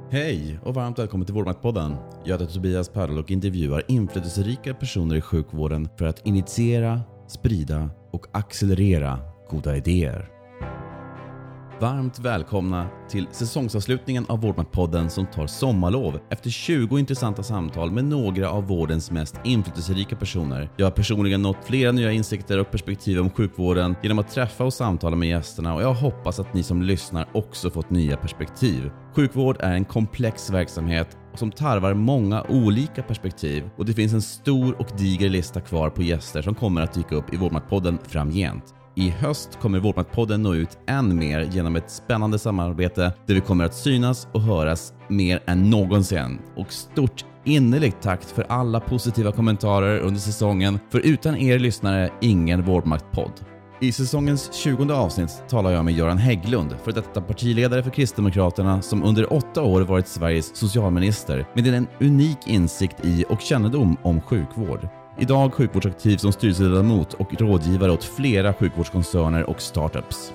Hej och varmt välkommen till Vårdmaktpodden. Jag heter Tobias Perl och intervjuar inflytelserika personer i sjukvården för att initiera, sprida och accelerera goda idéer. Varmt välkomna till säsongsavslutningen av Vårdmaktpodden som tar sommarlov efter 20 intressanta samtal med några av vårdens mest inflytelserika personer. Jag har personligen nått flera nya insikter och perspektiv om sjukvården genom att träffa och samtala med gästerna, och jag hoppas att ni som lyssnar också fått nya perspektiv. Sjukvård är en komplex verksamhet som tarvar många olika perspektiv, och det finns en stor och diger lista kvar på gäster som kommer att dyka upp i Vårdmaktpodden framgent. I höst kommer Vårdmaktpodden nå ut än mer genom ett spännande samarbete där vi kommer att synas och höras mer än någonsin. Och stort innerligt tack för alla positiva kommentarer under säsongen, för utan er lyssnare ingen Vårdmaktpodd. I säsongens 20:e avsnitt talar jag med Göran Hägglund, för detta partiledare för Kristdemokraterna som under 8 år varit Sveriges socialminister med en unik insikt i och kännedom om sjukvård. Idag sjukvårdsaktiv som styrelseledamot och rådgivare åt flera sjukvårdskoncerner och startups.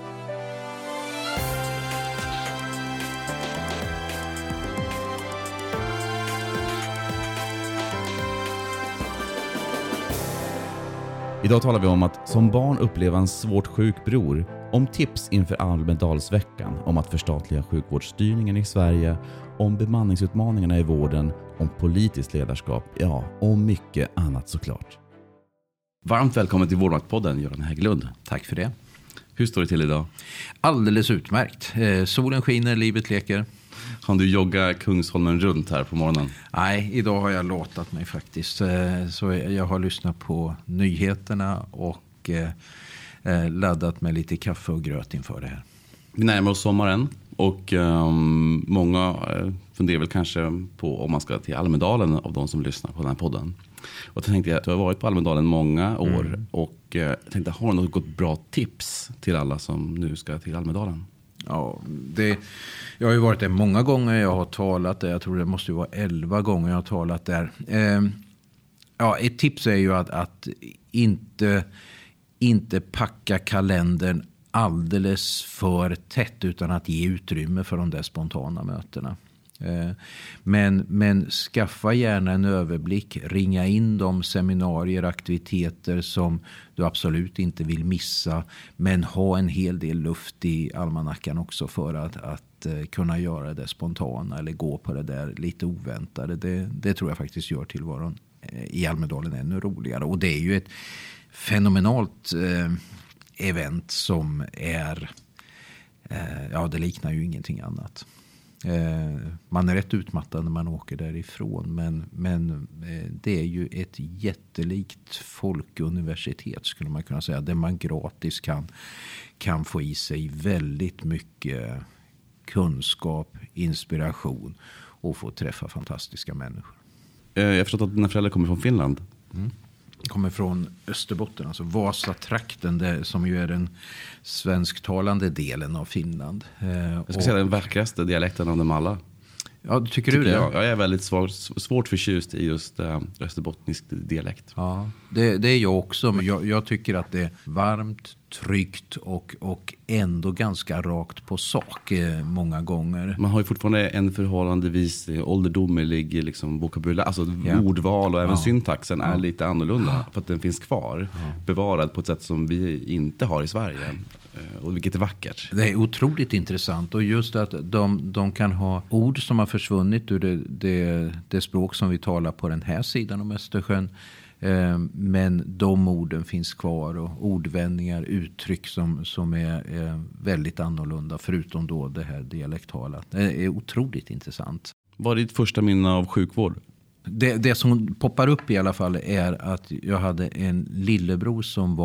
Idag talar vi om att som barn uppleva en svårt sjuk bror, om tips inför Almedalsveckan, om att förstatliga sjukvårdsstyrningen i Sverige, om bemanningsutmaningarna i vården, om politiskt ledarskap, ja, och mycket annat såklart. Varmt välkommen till Vårdmaktpodden, Göran Hägglund. Tack för det. Hur står det till idag? Alldeles utmärkt. Solen skiner, livet leker. Har du joggat Kungsholmen runt här på morgonen? Nej, idag har jag låtat mig faktiskt. Så jag har lyssnat på nyheterna och laddat med lite kaffe och gröt inför det här. Vi närmar oss sommaren och många funderar väl kanske på om man ska till Almedalen av de som lyssnar på den här podden. Och då tänkte jag att du har varit på Almedalen många år och jag tänkte, har du något bra tips till alla som nu ska till Almedalen? Ja, jag har ju varit där många gånger, jag har talat där, jag tror det måste ju vara 11 gånger jag har talat där. Ett tips är ju att inte packa kalendern alldeles för tätt utan att ge utrymme för de där spontana mötena. Men skaffa gärna en överblick, ringa in de seminarier, aktiviteter som du absolut inte vill missa, men ha en hel del luft i almanackan också för att kunna göra det spontana eller gå på det där lite oväntade. Det tror jag faktiskt gör tillvaron i Almedalen ännu roligare, och det är ju ett fenomenalt event som är det liknar ju ingenting annat. Man är rätt utmattad när man åker därifrån, men det är ju ett jättelikt folkuniversitet skulle man kunna säga, där man gratis kan få i sig väldigt mycket kunskap, inspiration och få träffa fantastiska människor. Jag har förstått att dina föräldrar kommer från Finland. Kommer från Österbotten, alltså Vasatrakten, där, som ju är den svensktalande delen av Finland. Jag ska säga den vackraste dialekten av dem alla. Ja, tycker du det? Jag är väldigt svårt förtjust i just österbottnisk dialekt. Ja, det är jag också. Men jag tycker att det är varmt, tryggt och ändå ganska rakt på sak många gånger. Man har ju fortfarande en förhållandevis ålderdomlig liksom vokabulär, alltså ordval och även syntaxen är lite annorlunda för att den finns kvar, bevarad på ett sätt som vi inte har i Sverige. Och vilket är vackert. Det är otroligt intressant, och just att de kan ha ord som har försvunnit ur det språk som vi talar på den här sidan om Östersjön. Men de orden finns kvar, och ordvändningar, uttryck som är väldigt annorlunda, förutom då det här dialektala. Det är otroligt intressant. Vad är ditt första minne av sjukvård? Det som poppar upp i alla fall är att jag hade en lillebror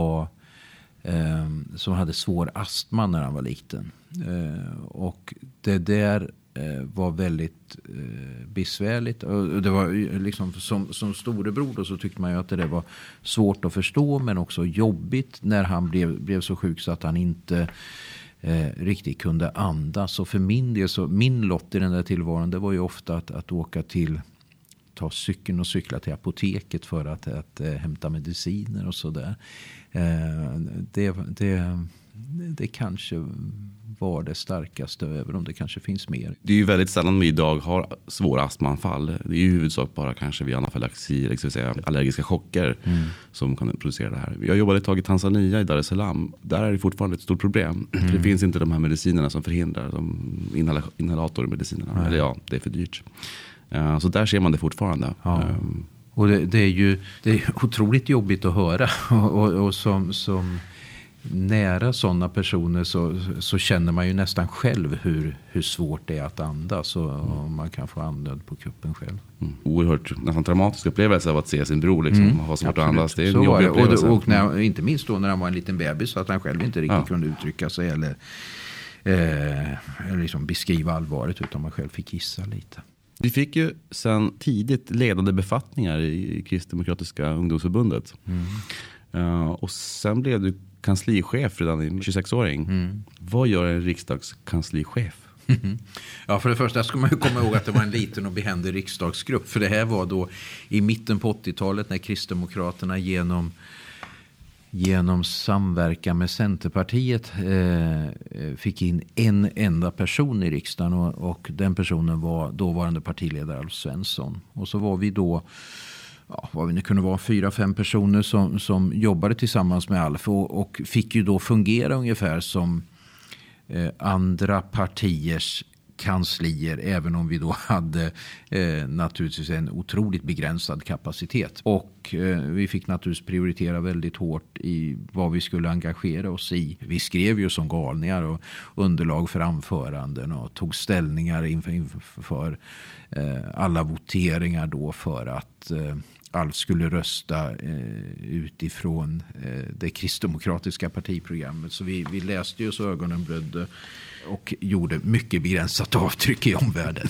som hade svår astma när han var liten. Och det där var väldigt besvärligt. Och det var liksom som storebror då, så tyckte man ju att det var svårt att förstå, men också jobbigt när han blev så sjuk så att han inte riktigt kunde andas. Och för min del, så min lott i den där tillvaron, det var ju ofta att åka till ta cykeln och cykla till apoteket för att hämta mediciner och sådär. Det kanske var det starkaste, över om det kanske finns mer. Det är ju väldigt sällan vi idag har svåra astmaanfall. Det är ju i huvudsak bara kanske vid anafylaxi, eller ska vi säga allergiska chocker som kan producera det här. Jag jobbade ett tag i Tanzania, i Dar es Salaam. Där är det fortfarande ett stort problem. För det finns inte de här medicinerna som förhindrar inhalatormedicinerna. Eller ja, det är för dyrt. Så där ser man det fortfarande. Ja. Och det är otroligt jobbigt att höra. Och som nära sådana personer så känner man ju nästan själv hur svårt det är att andas. Och man kan få andnöd på kuppen själv. Oerhört nästan dramatisk upplevelse av att se sin bror liksom, ha svårt att andas. Det är en jobbig upplevelse. Och inte minst då när han var en liten bebis, så att han själv inte riktigt kunde uttrycka sig eller liksom beskriva allvaret, utan man själv fick gissa lite. Vi fick ju sen tidigt ledande befattningar i Kristdemokratiska ungdomsförbundet. Och sen blev du kanslichef redan i 26-åring. Vad gör en riksdagskanslichef? Ja, för det första ska man ju komma ihåg att det var en liten och behändig riksdagsgrupp. För det här var då i mitten på 80-talet när Kristdemokraterna genom samverkan med Centerpartiet fick in en enda person i riksdagen, och den personen var dåvarande partiledare Alf Svensson. Och så var vi då, vad vi nu kunde vara, 4-5 personer som jobbade tillsammans med Alf och fick ju då fungera ungefär som andra partiers kanslier, även om vi då hade naturligtvis en otroligt begränsad kapacitet. Och vi fick naturligtvis prioritera väldigt hårt i vad vi skulle engagera oss i. Vi skrev ju som galningar och underlag för anföranden och tog ställningar inför alla voteringar då för att Alf skulle rösta utifrån det kristdemokratiska partiprogrammet. Så vi läste ju så ögonen blödde och gjorde mycket begränsat avtryck i omvärlden.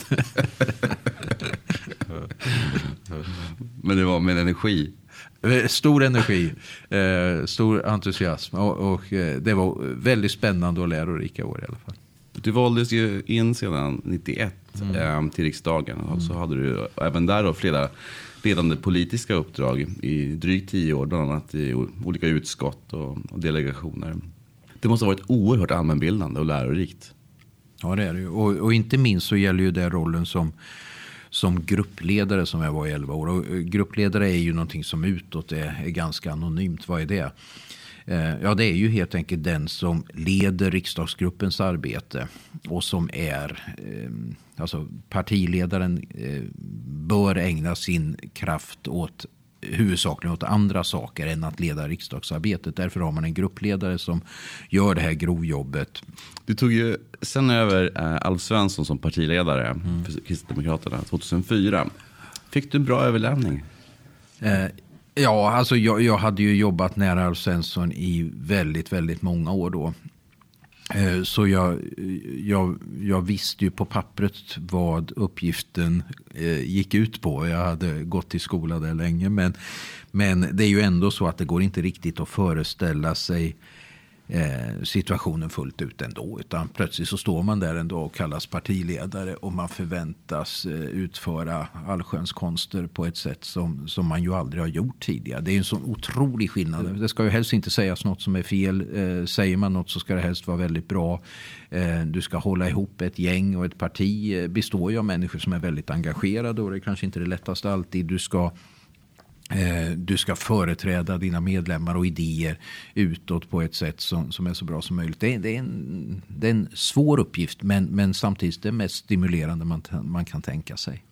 Men det var med energi. Stor energi, stor entusiasm och det var väldigt spännande och lärorika år i alla fall. Du valdes ju in sedan 91 till riksdagen, och så hade du även där då flera ledande politiska uppdrag i drygt 10 år, bland annat i olika utskott och delegationer. Det måste ha varit oerhört allmänbildande och lärorikt. Ja, det är det ju. Och inte minst så gäller ju det rollen som gruppledare som jag var i 11 år. Och gruppledare är ju någonting som utåt är ganska anonymt. Vad är det? Ja, det är ju helt enkelt den som leder riksdagsgruppens arbete och som är, alltså partiledaren bör ägna sin kraft huvudsakligen åt andra saker än att leda riksdagsarbetet. Därför har man en gruppledare som gör det här grovjobbet. Du tog ju sen över Alf Svensson som partiledare för Kristdemokraterna 2004. Fick du en bra överlämning? Ja, alltså jag hade ju jobbat nära Alf Svensson i väldigt, väldigt många år då. Så jag visste ju på pappret vad uppgiften gick ut på. Jag hade gått i skola där länge. Men det är ju ändå så att det går inte riktigt att föreställa sig situationen fullt ut ändå. Utan plötsligt så står man där ändå och kallas partiledare och man förväntas utföra allsköns konster på ett sätt som man ju aldrig har gjort tidigare. Det är en sån otrolig skillnad. Det ska ju helst inte sägas något som är fel. Säger man något så ska det helst vara väldigt bra. Du ska hålla ihop ett gäng, och ett parti består ju av människor som är väldigt engagerade, och det är kanske inte det lättaste alltid. Du ska företräda dina medlemmar och idéer utåt på ett sätt som är så bra som möjligt. Det är en svår uppgift, men samtidigt det mest stimulerande man kan tänka sig.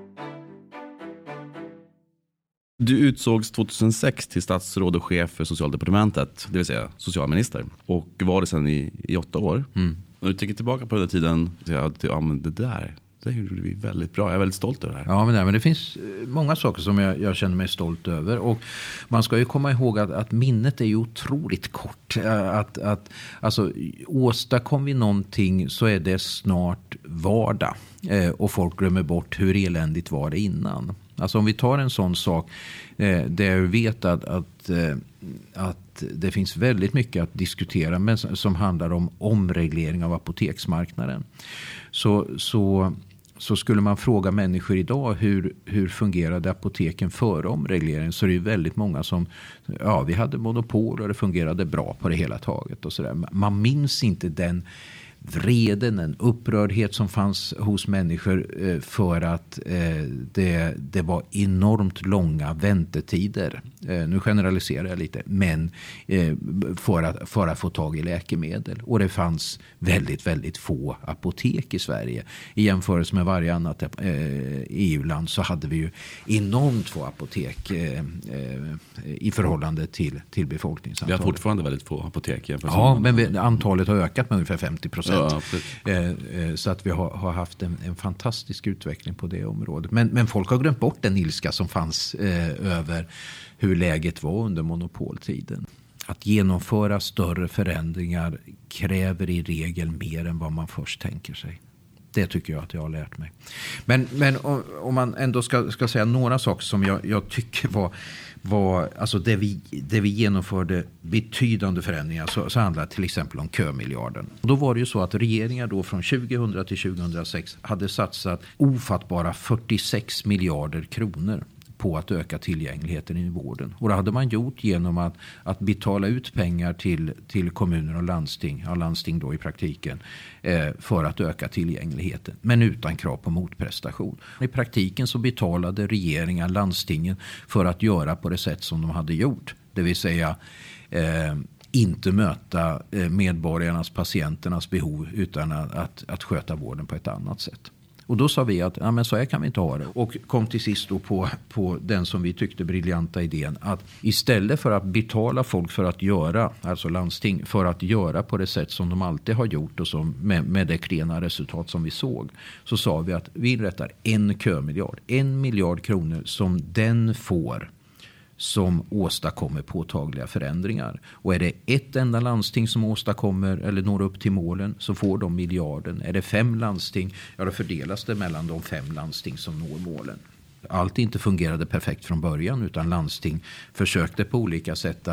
Du utsågs 2006 till statsråd och chef för socialdepartementet, det vill säga socialminister. Och var det sedan i 8 år. När du tänker tillbaka på den tiden, men det gjorde vi väldigt bra. Jag är väldigt stolt över det här. Ja, men det finns många saker som jag känner mig stolt över. Och man ska ju komma ihåg att minnet är ju otroligt kort. Alltså, åstadkom vi någonting så är det snart vardag. Och folk glömmer bort hur eländigt var det innan. Alltså om vi tar en sån sak där jag vet att det finns väldigt mycket att diskutera, men som handlar om omreglering av apoteksmarknaden. Så så skulle man fråga människor idag hur fungerade apoteken före omregleringen, så är det ju väldigt många som, ja, vi hade monopol och det fungerade bra på det hela taget och sådär. Man minns inte den vreden, en upprördhet som fanns hos människor för att det var enormt långa väntetider. Nu generaliserar jag lite, men för att få tag i läkemedel. Och det fanns väldigt, väldigt få apotek i Sverige. I jämförelse med varje annat EU-land så hade vi ju enormt få apotek i förhållande till befolkningsantalet. Vi har fortfarande väldigt få apotek. Ja, men antalet har ökat med ungefär 50%. Ja, så att vi har haft en fantastisk utveckling på det området. Men folk har glömt bort den ilska som fanns över hur läget var under monopoltiden. Att genomföra större förändringar kräver i regel mer än vad man först tänker sig. Det tycker jag att jag har lärt mig. Men om man ändå ska säga några saker som jag tycker var alltså det vi genomförde betydande förändringar, så handlar det till exempel om kömiljarden. Och då var det ju så att regeringar då från 2000 till 2006 hade satsat ofattbara 46 miljarder kronor på att öka tillgängligheten i vården. Och det hade man gjort genom att betala ut pengar till kommuner och landsting då i praktiken, för att öka tillgängligheten, men utan krav på motprestation. I praktiken så betalade regeringen landstingen för att göra på det sätt som de hade gjort, det vill säga inte möta medborgarnas, patienternas behov, utan att sköta vården på ett annat sätt. Och då sa vi att ja, men så här kan vi inte ha det. Och kom till sist då på den som vi tyckte briljanta idén, att istället för att betala folk för att göra, alltså landsting, för att göra på det sätt som de alltid har gjort och som med det klena resultat som vi såg, så sa vi att vi inrättar en kömiljard. 1 miljard kronor som den får som åstadkommer påtagliga förändringar. Och är det ett enda landsting som åstadkommer eller når upp till målen, så får de miljarden. Är det 5 landsting, ja då fördelas det mellan de 5 landsting som når målen. Allt inte fungerade perfekt från början, utan landsting försökte på olika sätt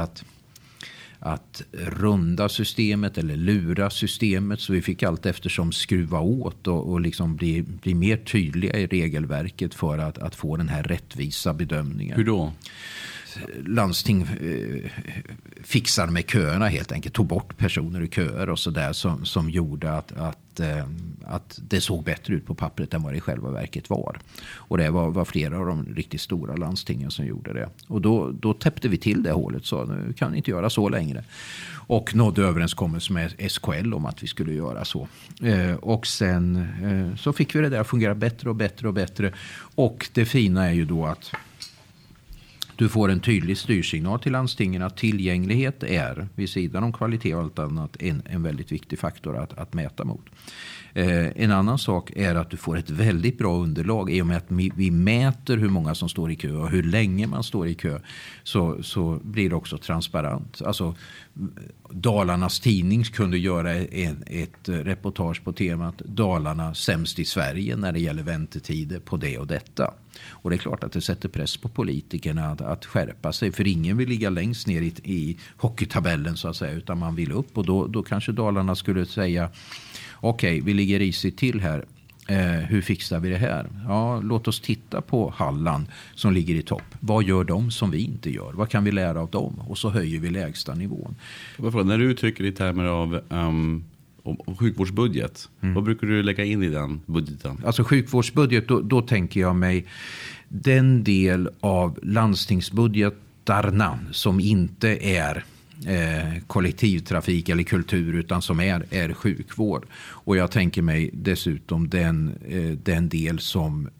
att runda systemet eller lura systemet, så vi fick allt eftersom skruva åt och liksom bli mer tydliga i regelverket för att få den här rättvisa bedömningen. Hur då? Landsting fixar med köerna helt enkelt, tog bort personer i köer och sådär som gjorde att det såg bättre ut på pappret än vad det i själva verket var. Och det var flera av de riktigt stora landstingen som gjorde det. Och då täppte vi till det hålet, så nu kan vi inte göra så längre. Och nådde överenskommelse med SKL om att vi skulle göra så. Och sen så fick vi det där att fungera bättre och bättre och bättre. Och det fina är ju då att du får en tydlig styrsignal till landstingen att tillgänglighet är, vid sidan om kvalitet och allt annat, en väldigt viktig faktor att mäta mot. En annan sak är att du får ett väldigt bra underlag i och med att vi mäter hur många som står i kö och hur länge man står i kö, så blir det också transparent. Alltså Dalarnas tidning kunde göra ett reportage på temat Dalarna sämst i Sverige när det gäller väntetider på det och detta. Och det är klart att det sätter press på politikerna att skärpa sig, för ingen vill ligga längst ner i hockeytabellen så att säga, utan man vill upp, och då kanske Dalarna skulle säga okej, vi ligger risigt till här. Hur fixar vi det här? Ja, låt oss titta på Halland som ligger i topp. Vad gör de som vi inte gör? Vad kan vi lära av dem? Och så höjer vi lägsta nivån. När du uttrycker i termer av sjukvårdsbudget, vad brukar du lägga in i den budgeten? Alltså sjukvårdsbudget, då tänker jag mig den del av landstingsbudgetarna som inte är kollektivtrafik eller kultur, utan som är sjukvård. Och jag tänker mig dessutom den del som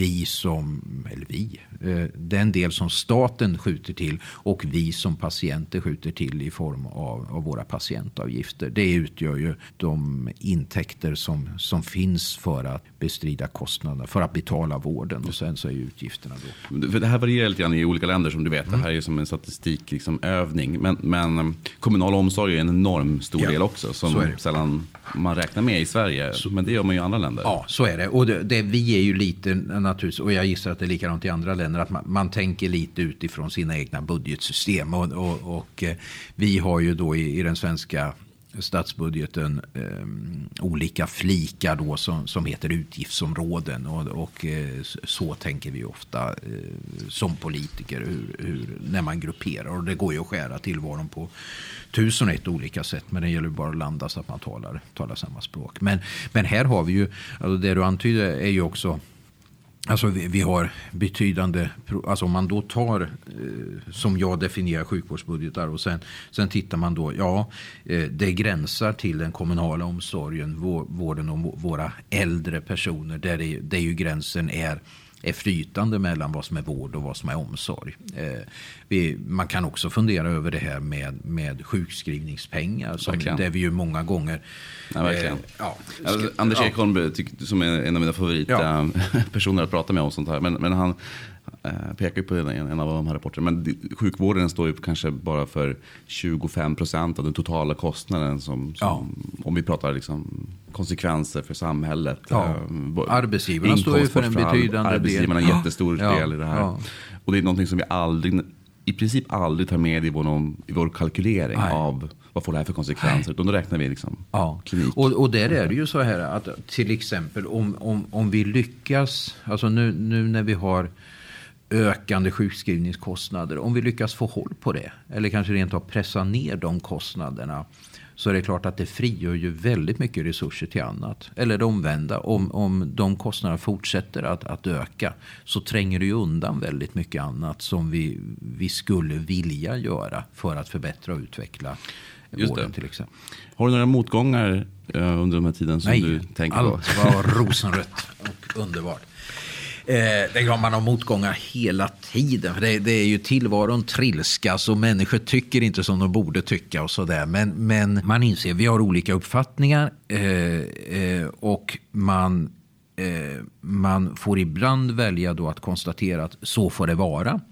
den del som staten skjuter till och vi som patienter skjuter till i form av våra patientavgifter. Det utgör ju de intäkter som finns för att bestrida kostnaderna, för att betala vården, och sen så är utgifterna då. För det här varierar lite grann i olika länder som du vet. Det här är ju som en statistik liksom, övning. Men kommunal omsorg är en enorm stor del också som sällan man räknar med i Sverige. Men det gör man ju i andra länder. Ja, så är det. Och vi är ju lite naturligtvis, och jag gissar att det är likadant i andra länder, att man tänker lite utifrån sina egna budgetsystem. Och vi har ju då i den svenska statsbudgeten olika flikar då som heter utgiftsområden och så tänker vi ofta som politiker när man grupperar, och det går ju att skära tillvaron på 1001 olika sätt, men det gäller bara att landa så att man talar samma språk. Men här har vi ju, alltså det du antyder är ju också, alltså vi har betydande, alltså om man då tar som jag definierar sjukvårdsbudgetar och sen tittar man då, det gränsar till den kommunala omsorgen, vården och våra äldre personer, där ju gränsen är flytande mellan vad som är vård och vad som är omsorg. Man kan också fundera över det här med sjukskrivningspengar där vi ju många gånger... Ja, verkligen. Anders Ekholm som är en av mina favoritpersoner att prata med om sånt här, men han pekar ju på en av de här rapporterna, men sjukvården står ju kanske bara för 25% av den totala kostnaden som om vi pratar liksom konsekvenser för samhället. Arbetsgivarna står ju för en betydande del. Arbetsgivarna har en jättestor del i det här. Och det är någonting som vi i princip aldrig tar med i vår kalkylering av vad får det här för konsekvenser. Då räknar vi liksom klinik. Och där är det ju så här att till exempel om vi lyckas, alltså nu när vi har ökande sjukskrivningskostnader, om vi lyckas få håll på det eller kanske rent av pressa ner de kostnaderna, så är det klart att det frigör ju väldigt mycket resurser till annat. Eller det omvända, om de kostnaderna fortsätter att öka, så tränger det ju undan väldigt mycket annat som vi skulle vilja göra för att förbättra och utveckla vården till exempel. Har du några motgångar under de här tiden som du tänker på? Allt var rosenrött och underbart. Det är klart man har motgångar hela tiden. För det är ju tillvaron trilskas och människor tycker inte som de borde tycka och sådär. Men man inser vi har olika uppfattningar och man får ibland välja då att konstatera att så får det vara.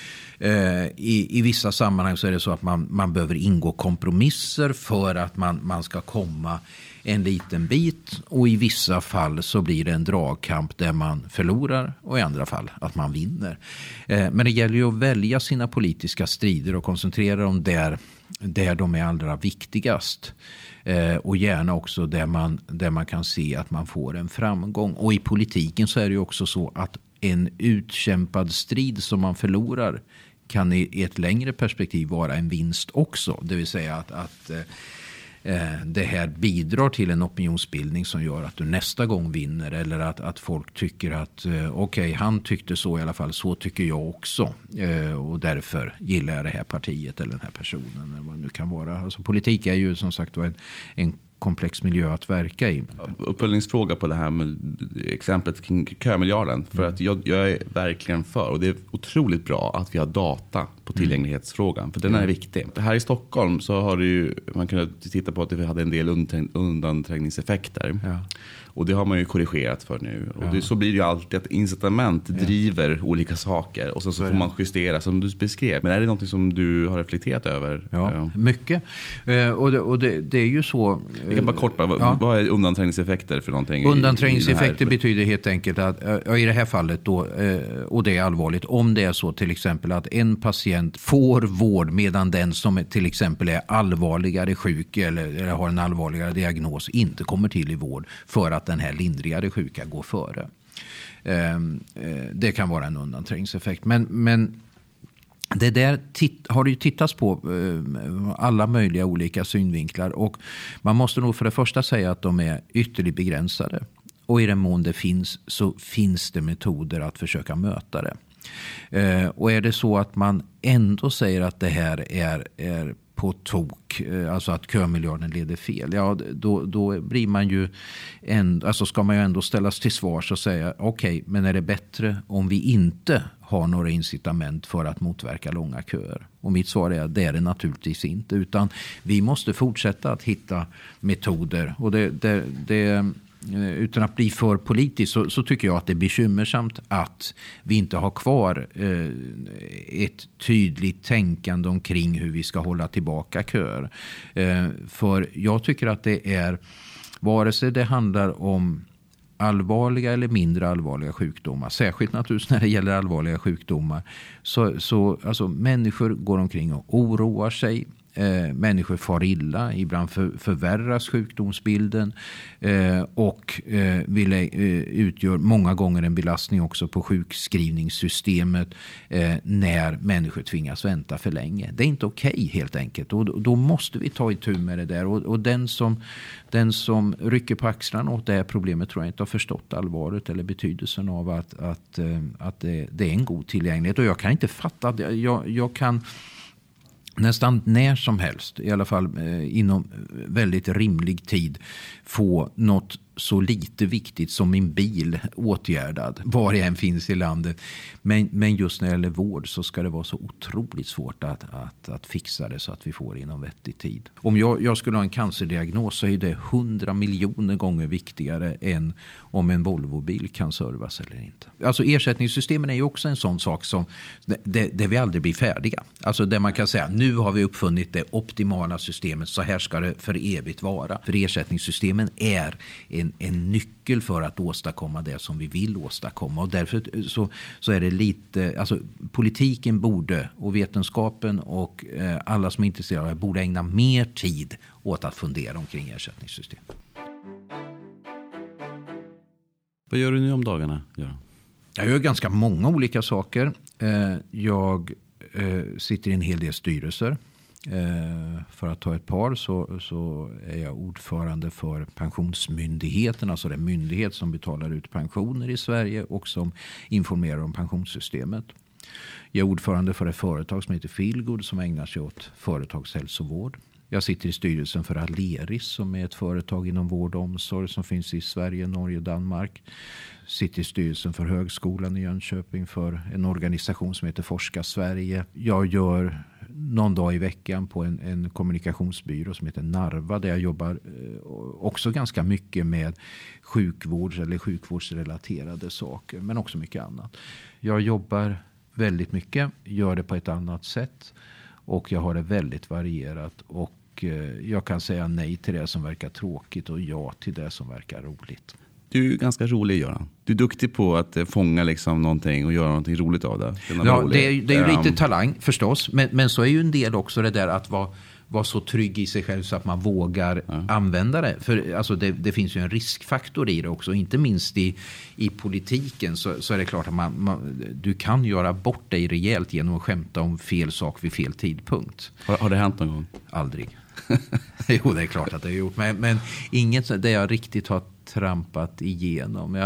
I vissa sammanhang så är det så att man behöver ingå kompromisser för att man ska komma en liten bit, och i vissa fall så blir det en dragkamp där man förlorar och i andra fall att man vinner. Men det gäller ju att välja sina politiska strider och koncentrera dem där de är allra viktigast. Och gärna också där man kan se att man får en framgång. Och i politiken så är det ju också så att en utkämpad strid som man förlorar kan i ett längre perspektiv vara en vinst också. Det vill säga att det här bidrar till en opinionsbildning som gör att du nästa gång vinner, eller att folk tycker att okej, han tyckte så i alla fall, så tycker jag också, och därför gillar jag det här partiet eller den här personen eller vad det nu kan vara. Alltså, politik är ju som sagt en komplex miljö att verka i. Uppföljningsfråga på det här med exemplet kring kömiljarden. För att jag är verkligen för, och det är otroligt bra att vi har data på tillgänglighetsfrågan. För den är viktig. Här i Stockholm så har det ju, man kan titta på att vi hade en del undanträngningseffekter. Ja. Och det har man ju korrigerat för nu. Och så blir det ju alltid att incitament driver olika saker. Och så får man justera som du beskrev. Men är det något som du har reflekterat över? Ja, mycket. Och det är ju så... Jag kan bara kort, vad är undanträngningseffekter för någonting? Undanträngningseffekter betyder helt enkelt att i det här fallet då, och det är allvarligt, om det är så till exempel att en patient får vård medan den som till exempel är allvarligare sjuk eller har en allvarligare diagnos inte kommer till i vård för att den här lindrigare sjuka går före. Det kan vara en undanträngningseffekt. Men det där har det ju tittats på alla möjliga olika synvinklar, och man måste nog för det första säga att de är ytterligt begränsade. Och i den mån det finns, så finns det metoder att försöka möta det. Och är det så att man ändå säger att det här är på tok, alltså att kömiljarden leder fel, då blir man ju alltså ska man ju ändå ställas till svars och säga okej, men är det bättre om vi inte har några incitament för att motverka långa köer? Och mitt svar är att det är det naturligtvis inte, utan vi måste fortsätta att hitta metoder, och det utan att bli för politisk så tycker jag att det är bekymmersamt att vi inte har kvar ett tydligt tänkande omkring hur vi ska hålla tillbaka köer. För jag tycker att det är, vare sig det handlar om allvarliga eller mindre allvarliga sjukdomar, särskilt naturligtvis när det gäller allvarliga sjukdomar, så alltså, människor går omkring och oroar sig. Människor far illa, ibland förvärras sjukdomsbilden och utgör många gånger en belastning också på sjukskrivningssystemet när människor tvingas vänta för länge. Det är inte okej helt enkelt, och då måste vi ta itu med det där. Och den som rycker på axlarna åt det här problemet tror jag inte har förstått allvaret eller betydelsen av att det är en god tillgänglighet. Och jag kan inte fatta det. Jag kan nästan när som helst, i alla fall inom väldigt rimlig tid, få något så lite viktigt som min bil åtgärdad var jag än finns i landet. Men just när det gäller vård så ska det vara så otroligt svårt att fixa det så att vi får inom vettig tid. Om jag skulle ha en cancerdiagnos så är det 100 miljoner gånger viktigare än om en Volvo-bil kan servas eller inte. Alltså ersättningssystemen är ju också en sån sak som där vi aldrig blir färdiga. Alltså där man kan säga nu har vi uppfunnit det optimala systemet, så här ska det för evigt vara. För ersättningssystemen är en nyckel för att åstadkomma det som vi vill åstadkomma. Och därför så är det lite, alltså politiken borde, och vetenskapen och alla som är intresserade borde ägna mer tid åt att fundera omkring ersättningssystem. Vad gör du nu om dagarna, Göran? Jag gör ganska många olika saker. Jag sitter i en hel del styrelser. För att ta ett par så är jag ordförande för Pensionsmyndigheten, alltså den myndighet som betalar ut pensioner i Sverige och som informerar om pensionssystemet. Jag är ordförande för ett företag som heter Feelgood som ägnar sig åt företagshälsovård. Jag sitter i styrelsen för Aleris som är ett företag inom vård och omsorg som finns i Sverige, Norge och Danmark. Sitter i styrelsen för Högskolan i Jönköping för en organisation som heter Forska Sverige. Jag gör någon dag i veckan på en kommunikationsbyrå som heter Narva där jag jobbar också ganska mycket med sjukvård eller sjukvårdsrelaterade saker, men också mycket annat. Jag jobbar väldigt mycket, gör det på ett annat sätt och jag har det väldigt varierat och jag kan säga nej till det som verkar tråkigt och ja till det som verkar roligt. Du är ganska rolig, Göran. Du är duktig på att fånga liksom någonting och göra någonting roligt av det. Ja, det är ju lite talang förstås. Men så är ju en del också det där att vara så trygg i sig själv så att man vågar använda det. För alltså, det finns ju en riskfaktor i det också. Inte minst i politiken så är det klart att du kan göra bort dig rejält genom att skämta om fel sak vid fel tidpunkt. Har det hänt någon gång? Aldrig. Jo, det är klart att det har gjort. Men inget där jag riktigt har trampat igenom.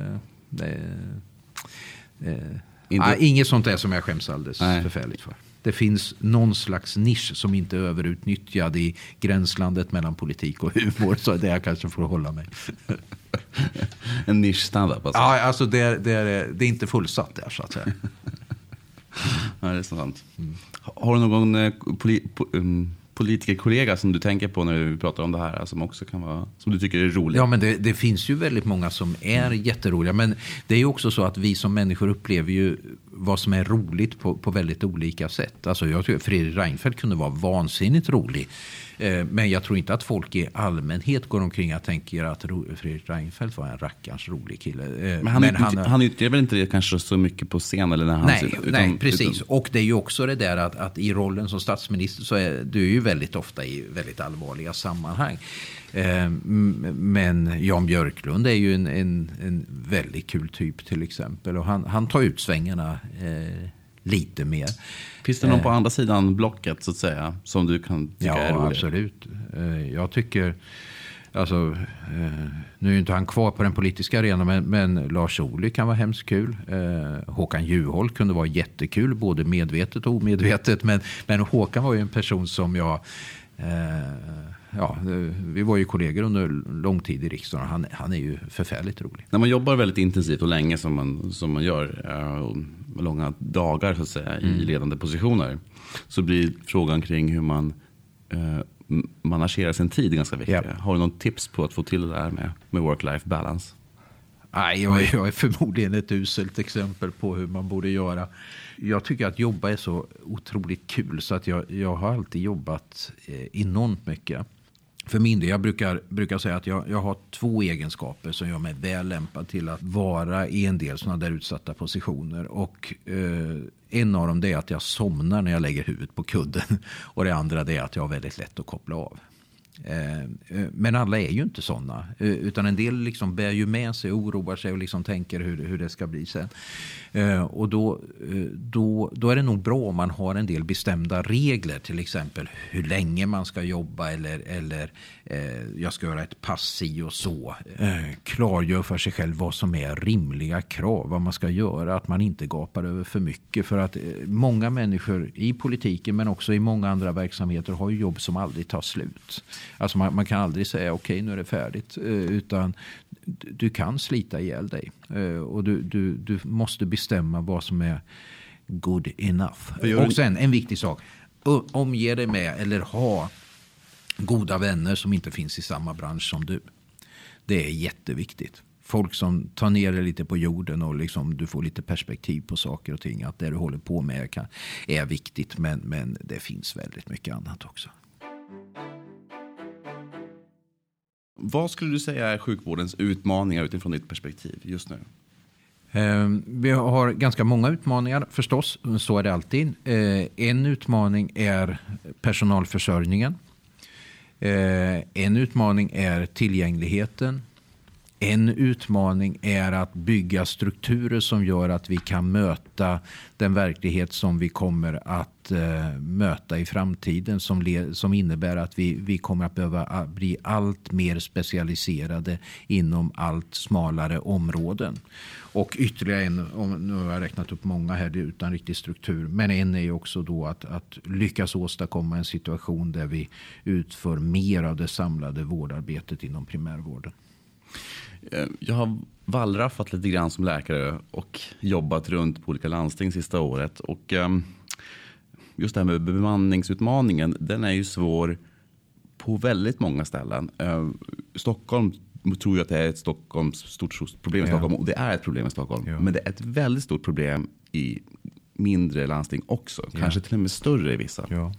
Inget sånt där som jag skäms alldeles förfärligt för. Det finns någon slags nisch som inte är överutnyttjad i gränslandet mellan politik och humor, så det jag kanske får hålla mig. En nisch standup alltså? Ja, alltså det är inte fullsatt där så att säga. Ja, det är sant. Har du någon politikerkollega som du tänker på när du pratar om det här som också kan vara, som du tycker är roligt? Ja, men det finns ju väldigt många som är jätteroliga, men det är ju också så att vi som människor upplever ju vad som är roligt på väldigt olika sätt. Alltså jag tror att Fredrik Reinfeldt kunde vara vansinnigt rolig, men jag tror inte att folk i allmänhet går omkring och tänker att Fredrik Reinfeldt var en rackarns rolig kille. Men han yttrar väl inte det kanske så mycket på scen eller när han nej, precis. Och det är ju också det där att i rollen som statsminister så är du ju väldigt ofta i väldigt allvarliga sammanhang. Men Jan Björklund är ju en väldigt kul typ till exempel, och han tar ut svängarna lite mer. Finns det någon på andra sidan blocket så att säga som du kan tycka är rolig? Ja, absolut. Jag tycker alltså, nu är ju inte han kvar på den politiska arenan, men Lars Ohly kan vara hemskt kul. Håkan Juholt kunde vara jättekul, både medvetet och omedvetet, men Håkan var ju en person som jag vi var ju kollegor under lång tid i riksdagen. Han är ju förfärligt rolig. När man jobbar väldigt intensivt och länge som man gör, långa dagar så att säga, i ledande positioner, så blir frågan kring hur man managerar sin tid ganska viktig. Ja. Har du någon tips på att få till det där med work-life balance? Nej, jag är förmodligen ett uselt exempel på hur man borde göra. Jag tycker att jobba är så otroligt kul så att jag har alltid jobbat enormt mycket. För min del, jag brukar säga att jag har 2 egenskaper som gör mig väl lämpad till att vara i en del sådana där utsatta positioner. Och en av dem är att jag somnar när jag lägger huvudet på kudden. Och det andra är att jag har väldigt lätt att koppla av. Men alla är ju inte sådana, utan en del liksom bär ju med sig, oroar sig och liksom tänker hur det ska bli sen. Och då är det nog bra om man har en del bestämda regler, till exempel hur länge man ska jobba eller jag ska göra ett pass i och så. Klargör för sig själv vad som är rimliga krav, vad man ska göra, att man inte gapar över för mycket. För att många människor i politiken men också i många andra verksamheter har ju jobb som aldrig tar slut. Alltså man kan aldrig säga okej, nu är det färdigt, utan du kan slita ihjäl dig och du måste bestämma vad som är good enough. Och sen en viktig sak, omge dig med eller ha goda vänner som inte finns i samma bransch som du. Det är jätteviktigt. Folk som tar ner det lite på jorden och liksom du får lite perspektiv på saker och ting, att det du håller på med är viktigt, men det finns väldigt mycket annat också. Vad skulle du säga är sjukvårdens utmaningar utifrån ditt perspektiv just nu? Vi har ganska många utmaningar förstås, så är det alltid. En utmaning är personalförsörjningen. En utmaning är tillgängligheten. En utmaning är att bygga strukturer som gör att vi kan möta den verklighet som vi kommer att möta i framtiden, som innebär att vi kommer att behöva bli allt mer specialiserade inom allt smalare områden. Och ytterligare en, nu har jag räknat upp många här utan riktig struktur, men en är ju också då att lyckas åstadkomma en situation där vi utför mer av det samlade vårdarbetet inom primärvården. Jag har wallraffat lite grann som läkare och jobbat runt på olika landsting sista året. Och just det här med bemanningsutmaningen, den är ju svår på väldigt många ställen. Stockholm tror jag att det är ett stort problem i Stockholm, och det är ett problem i Stockholm. Ja. Men det är ett väldigt stort problem i mindre landsting också. Kanske till och med större i vissa. Ja.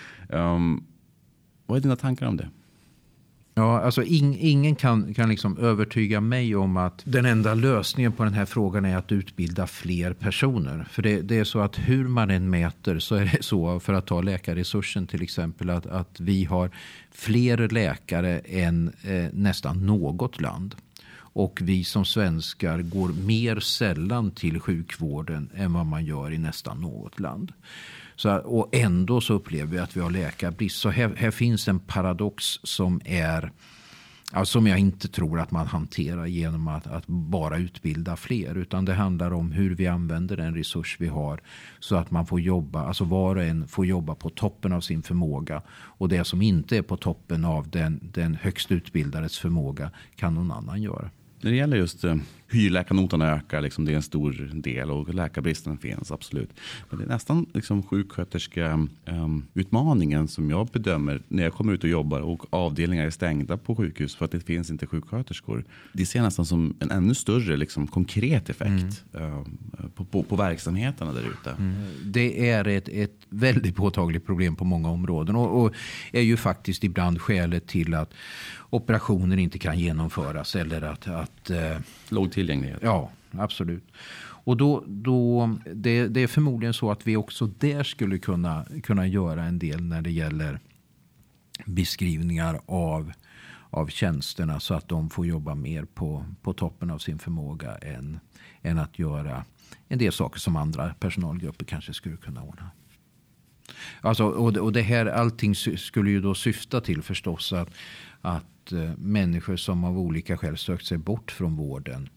Vad är dina tankar om det? Ja, alltså ingen kan liksom övertyga mig om att den enda lösningen på den här frågan är att utbilda fler personer. För det är så att hur man än mäter så är det så, för att ta läkarresursen till exempel, att vi har fler läkare än nästan något land. Och vi som svenskar går mer sällan till sjukvården än vad man gör i nästan något land. Så, och ändå så upplever vi att vi har läkarbrist. Så här finns en paradox som är, alltså som jag inte tror att man hanterar genom att bara utbilda fler. Utan det handlar om hur vi använder den resurs vi har så att man får jobba, alltså var och en får jobba på toppen av sin förmåga. Och det som inte är på toppen av den högst utbildades förmåga kan någon annan göra. När det gäller just hyrläkarnotan ökar, liksom, det är en stor del, och läkarbristen finns absolut. Men det är nästan liksom sjuksköterska utmaningen som jag bedömer när jag kommer ut och jobbar och avdelningar är stängda på sjukhus för att det finns inte sjuksköterskor. Det ser nästan som en ännu större liksom, konkret effekt på verksamheterna där ute. Det är ett väldigt påtagligt problem på många områden och är ju faktiskt ibland skälet till att operationer inte kan genomföras eller att låg tillgänglighet. Ja, absolut. Och då det är förmodligen så att vi också där skulle kunna göra en del när det gäller beskrivningar av tjänsterna så att de får jobba mer på toppen av sin förmåga än att göra en del saker som andra personalgrupper kanske skulle kunna ordna. Alltså, och det här, allting skulle ju då syfta till förstås att människor som av olika skäl sökt sig bort från vården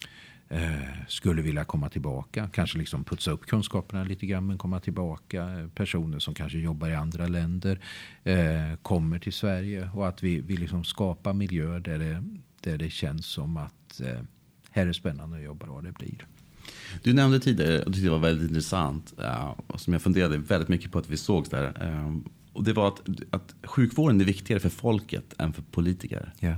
skulle vilja komma tillbaka. Kanske liksom putsa upp kunskaperna lite grann men komma tillbaka. Personer som kanske jobbar i andra länder kommer till Sverige och att vi liksom skapar miljöer där det känns som att här är spännande att jobba och det blir. Du nämnde tidigare, och det var väldigt intressant, och som jag funderade väldigt mycket på att vi sågs där. Och det var att sjukvården är viktigare för folket än för politiker. Ja.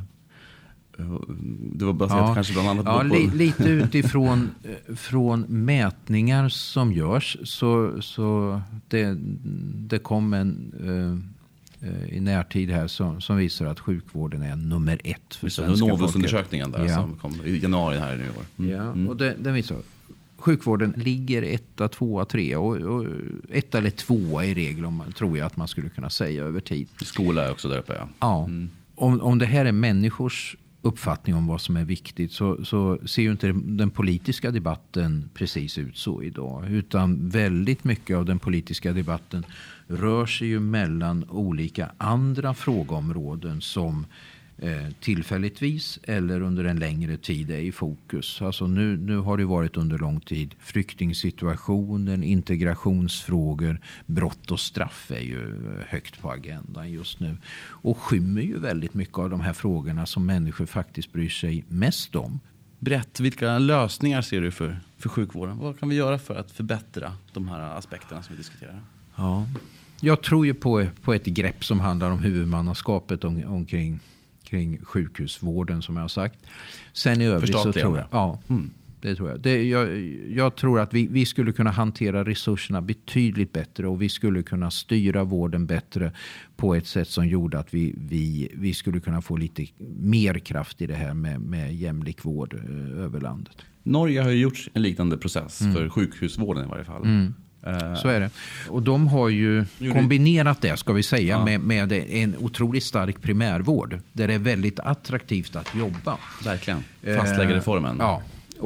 Det var baserat kanske bland annat på... Lite utifrån från mätningar som görs så det kom i närtid här som visar att sjukvården är nummer 1 för svenska folket. Novusundersökningen där som kom i januari här i år. Ja, och den visar sjukvården ligger 1, 2, 3 och 1 eller 2 i regel, tror jag att man skulle kunna säga över tid. Skola är också där uppe, ja. Om det här är människors uppfattning om vad som är viktigt så ser ju inte den politiska debatten precis ut så idag. Utan väldigt mycket av den politiska debatten rör sig ju mellan olika andra frågeområden som tillfälligtvis eller under en längre tid är i fokus. Alltså nu har det varit under lång tid flyktingsituationen, integrationsfrågor, brott och straff är ju högt på agendan just nu. Och skymmer ju väldigt mycket av de här frågorna som människor faktiskt bryr sig mest om. Brett, vilka lösningar ser du för sjukvården? Vad kan vi göra för att förbättra de här aspekterna som vi diskuterar? Ja, jag tror ju på ett grepp som handlar om huvudmannaskapet omkring sjukhusvården, som jag har sagt. Sen i övrigt så tror jag... Det tror jag. Jag tror att vi skulle kunna hantera resurserna betydligt bättre och vi skulle kunna styra vården bättre på ett sätt som gjorde att vi skulle kunna få lite mer kraft i det här med jämlik vård över landet. Norge har ju gjort en liknande process för sjukhusvården i varje fall. Så är det. Och de har ju kombinerat det, ska vi säga, med en otroligt stark primärvård där det är väldigt attraktivt att jobba. Verkligen. Fastläggarreformen. Ja.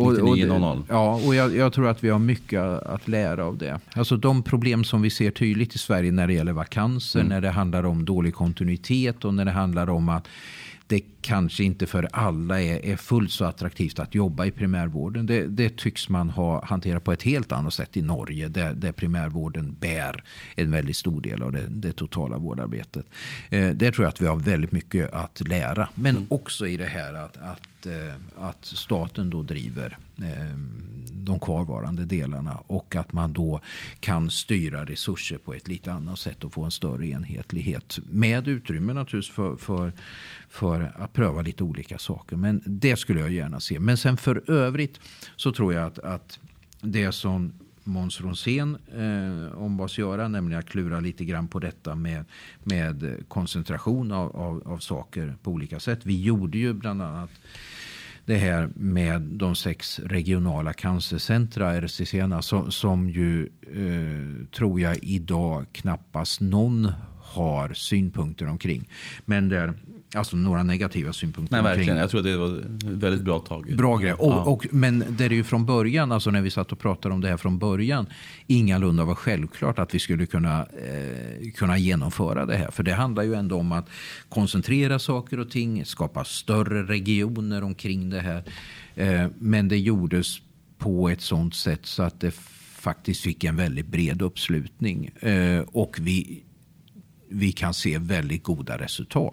9900. Och jag tror att vi har mycket att lära av det. Alltså de problem som vi ser tydligt i Sverige när det gäller vakanser, när det handlar om dålig kontinuitet och när det handlar om att det kanske inte för alla är fullt så attraktivt att jobba i primärvården. Det tycks man ha hanterat på ett helt annat sätt i Norge där primärvården bär en väldigt stor del av det totala vårdarbetet. Det tror jag att vi har väldigt mycket att lära. Men också i det här att staten då driver de kvarvarande delarna och att man då kan styra resurser på ett lite annat sätt och få en större enhetlighet med utrymme naturligtvis för att pröva lite olika saker. Men det skulle jag gärna se. Men sen för övrigt så tror jag att det som Måns Ronsén ombads göra, nämligen att klura lite grann på detta med koncentration av saker på olika sätt. Vi gjorde ju bland annat det här med de 6 regionala cancercentra, RCC:na, som ju tror jag idag knappast någon har synpunkter omkring. Men där, alltså några negativa synpunkter. Nej, verkligen. Jag tror att det var ett väldigt bra tag. Bra grej. Men det är ju från början, alltså när vi satt och pratade om det här från början, ingalunda var självklart att vi skulle kunna genomföra det här. För det handlar ju ändå om att koncentrera saker och ting, skapa större regioner omkring det här. Men det gjordes på ett sånt sätt så att det faktiskt fick en väldigt bred uppslutning. Och vi kan se väldigt goda resultat.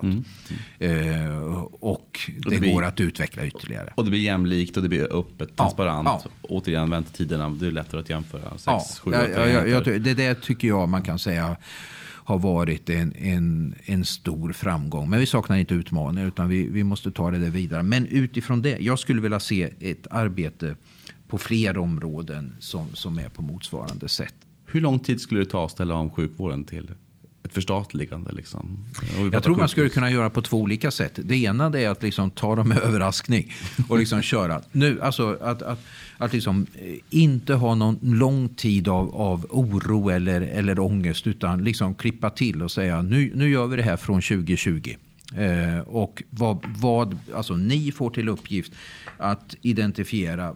Och det går att utveckla ytterligare. Och det blir jämlikt och det blir öppet, transparent. Ja. Återigen, väntetiderna, det är lättare att jämföra. 6-7 det där tycker jag man kan säga har varit en stor framgång. Men vi saknar inte utmaningar utan vi måste ta det där vidare. Men utifrån det, jag skulle vilja se ett arbete på fler områden som är på motsvarande sätt. Hur lång tid skulle det ta att ställa om sjukvården till ett förstatligande liksom? Jag tror man skulle kunna göra på 2 olika sätt. Det ena är att liksom ta dem med överraskning och liksom köra. Nu, alltså att liksom inte ha någon lång tid av oro eller ångest utan liksom klippa till och säga nu gör vi det här från 2020. Och alltså ni får till uppgift att identifiera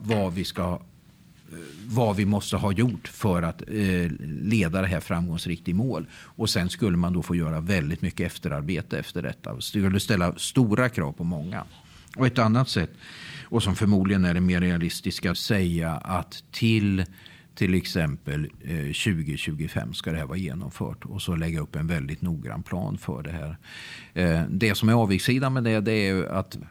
vad vi måste ha gjort för att leda det här framgångsrikt i mål. Och sen skulle man då få göra väldigt mycket efterarbete efter detta. Det skulle ställa stora krav på många. Och ett annat sätt, och som förmodligen är det mer realistiska, säga att till exempel 2025 ska det här vara genomfört och så lägga upp en väldigt noggrann plan för det här. Det som är avigsidan med det är ju att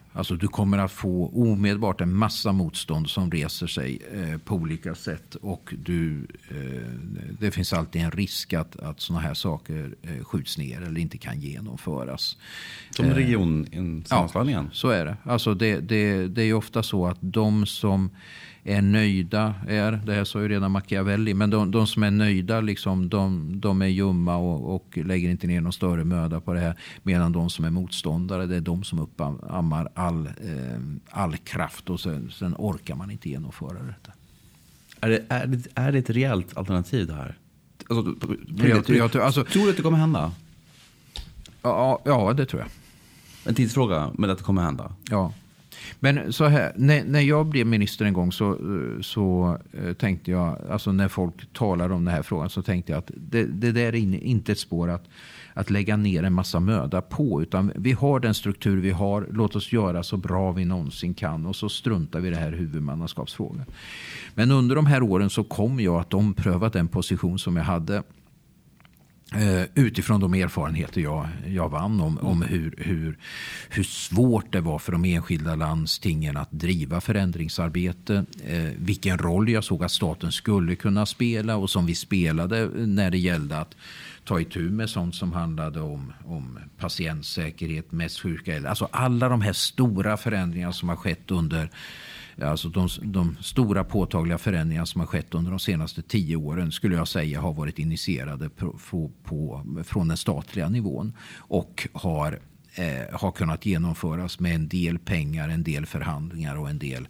Alltså du kommer att få omedelbart en massa motstånd som reser sig på olika sätt. Och det finns alltid en risk att såna här saker skjuts ner eller inte kan genomföras. Som regionsammanslagningen? Ja, så är det. Alltså det är ju ofta så att de som är nöjda det här sa ju redan Machiavelli, men de som är nöjda liksom, de är ljumma och lägger inte ner någon större möda på det här, medan de som är motståndare, det är de som uppammar all kraft och sen orkar man inte genomföra detta. Är det ett reellt alternativ det här? Alltså, tror du att det kommer hända? Ja, det tror jag. En tidsfråga, men att det kommer hända? Ja. Men så här, när jag blev minister en gång så tänkte jag, alltså när folk talar om den här frågan, så tänkte jag att det där är inte ett spår att lägga ner en massa möda på, utan vi har den struktur vi har, låt oss göra så bra vi någonsin kan, och så struntar vi det här huvudmannaskapsfrågan. Men under de här åren så kom jag att ompröva den position som jag hade utifrån de erfarenheter jag vann om hur svårt det var för de enskilda landstingen att driva förändringsarbete, vilken roll jag såg att staten skulle kunna spela och som vi spelade när det gällde att ta itu med sånt som handlade om patientsäkerhet, mest sjuka, alltså alla de här stora förändringarna som har skett under, alltså de stora påtagliga förändringar som har skett under de senaste 10 åren, skulle jag säga har varit initierade från den statliga nivån och har kunnat genomföras med en del pengar, en del förhandlingar och en del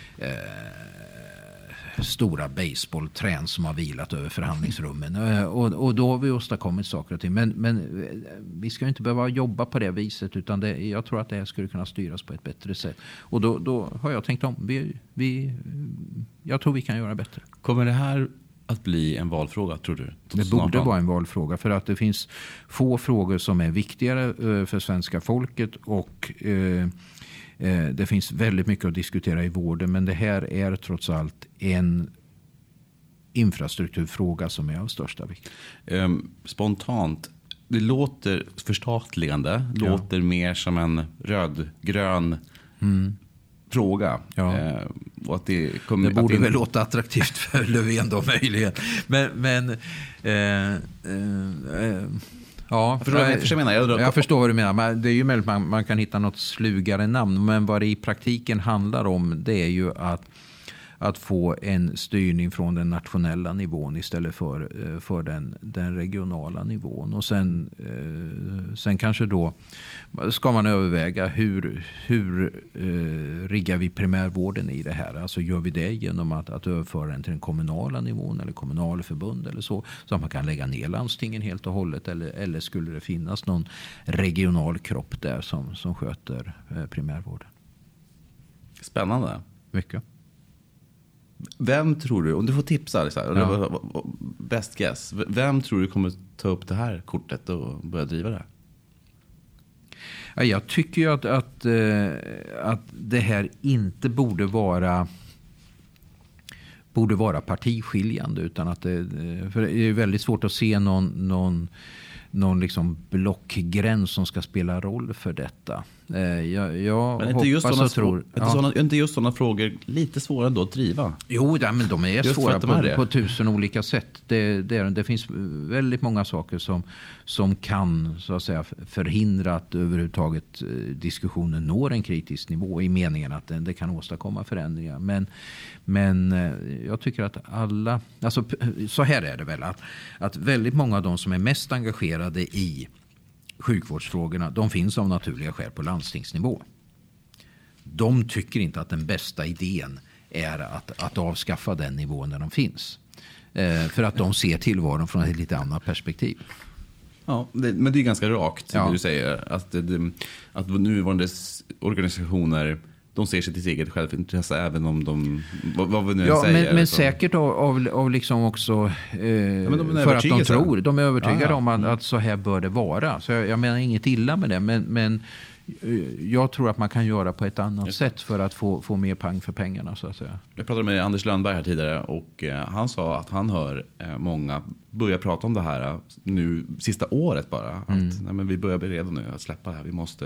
stora baseballträn som har vilat över förhandlingsrummen. Och då har vi åstadkommit saker och ting. Men vi ska inte behöva jobba på det viset, utan jag tror att det här skulle kunna styras på ett bättre sätt. Och då har jag tänkt om. Jag tror vi kan göra bättre. Kommer det här att bli en valfråga, tror du? Det borde vara en valfråga, för att det finns få frågor som är viktigare för svenska folket, och det finns väldigt mycket att diskutera i vården, men det här är trots allt en infrastrukturfråga som är av största vikt. Spontant, det låter förstatligande, låter mer som en rödgrön fråga. Ja. Och att det borde väl låta attraktivt för Löfven då möjligen. Men ja, jag förstår vad du menar. Det är ju möjligt att man kan hitta något slugare namn, men vad det i praktiken handlar om, det är ju att få en styrning från den nationella nivån istället för den regionala nivån. Och sen kanske då ska man överväga hur riggar vi primärvården i det här. Alltså gör vi det genom att överföra den till den kommunala nivån eller kommunalförbund eller så att man kan lägga ner landstingen helt och hållet, eller skulle det finnas någon regional kropp där som sköter primärvården? Spännande. Mycket. Vem tror du, om du får tipsa, best guess, vem tror du kommer ta upp det här kortet och börja driva det? Ja, jag tycker ju att det här inte borde vara partiskiljande, utan att för det är väldigt svårt att se någon liksom blockgräns som ska spela roll för detta. Jag men hoppas och tror... inte just sådana frågor lite svåra ändå att driva? Jo, men de är just svåra på 1000 olika sätt. Det finns väldigt många saker som kan, så att säga, förhindra att överhuvudtaget diskussionen når en kritisk nivå, i meningen att det kan åstadkomma förändringar. Men jag tycker att alla... Alltså, så här är det väl, att väldigt många av de som är mest engagerade i sjukvårdsfrågorna, de finns av naturliga skäl på landstingsnivå. De tycker inte att den bästa idén är att avskaffa den nivån där de finns. För att de ser tillvaron från ett lite annat perspektiv. Ja, men det är ganska rakt, det du säger. Att nuvarande organisationer, de ser sig till sitt eget självintresse, även om de, vad vi nu säger. Men säkert av liksom också för att de tror. De är övertygade om att så här bör det vara. Så jag menar inget illa med det, men jag tror att man kan göra på ett annat sätt för att få mer pang för pengarna, så att säga. Jag pratade med Anders Lönnberg här tidigare, och han sa att han hör många börja prata om det här nu sista året bara. Att nej, men vi börjar bli redo nu att släppa det här. Vi måste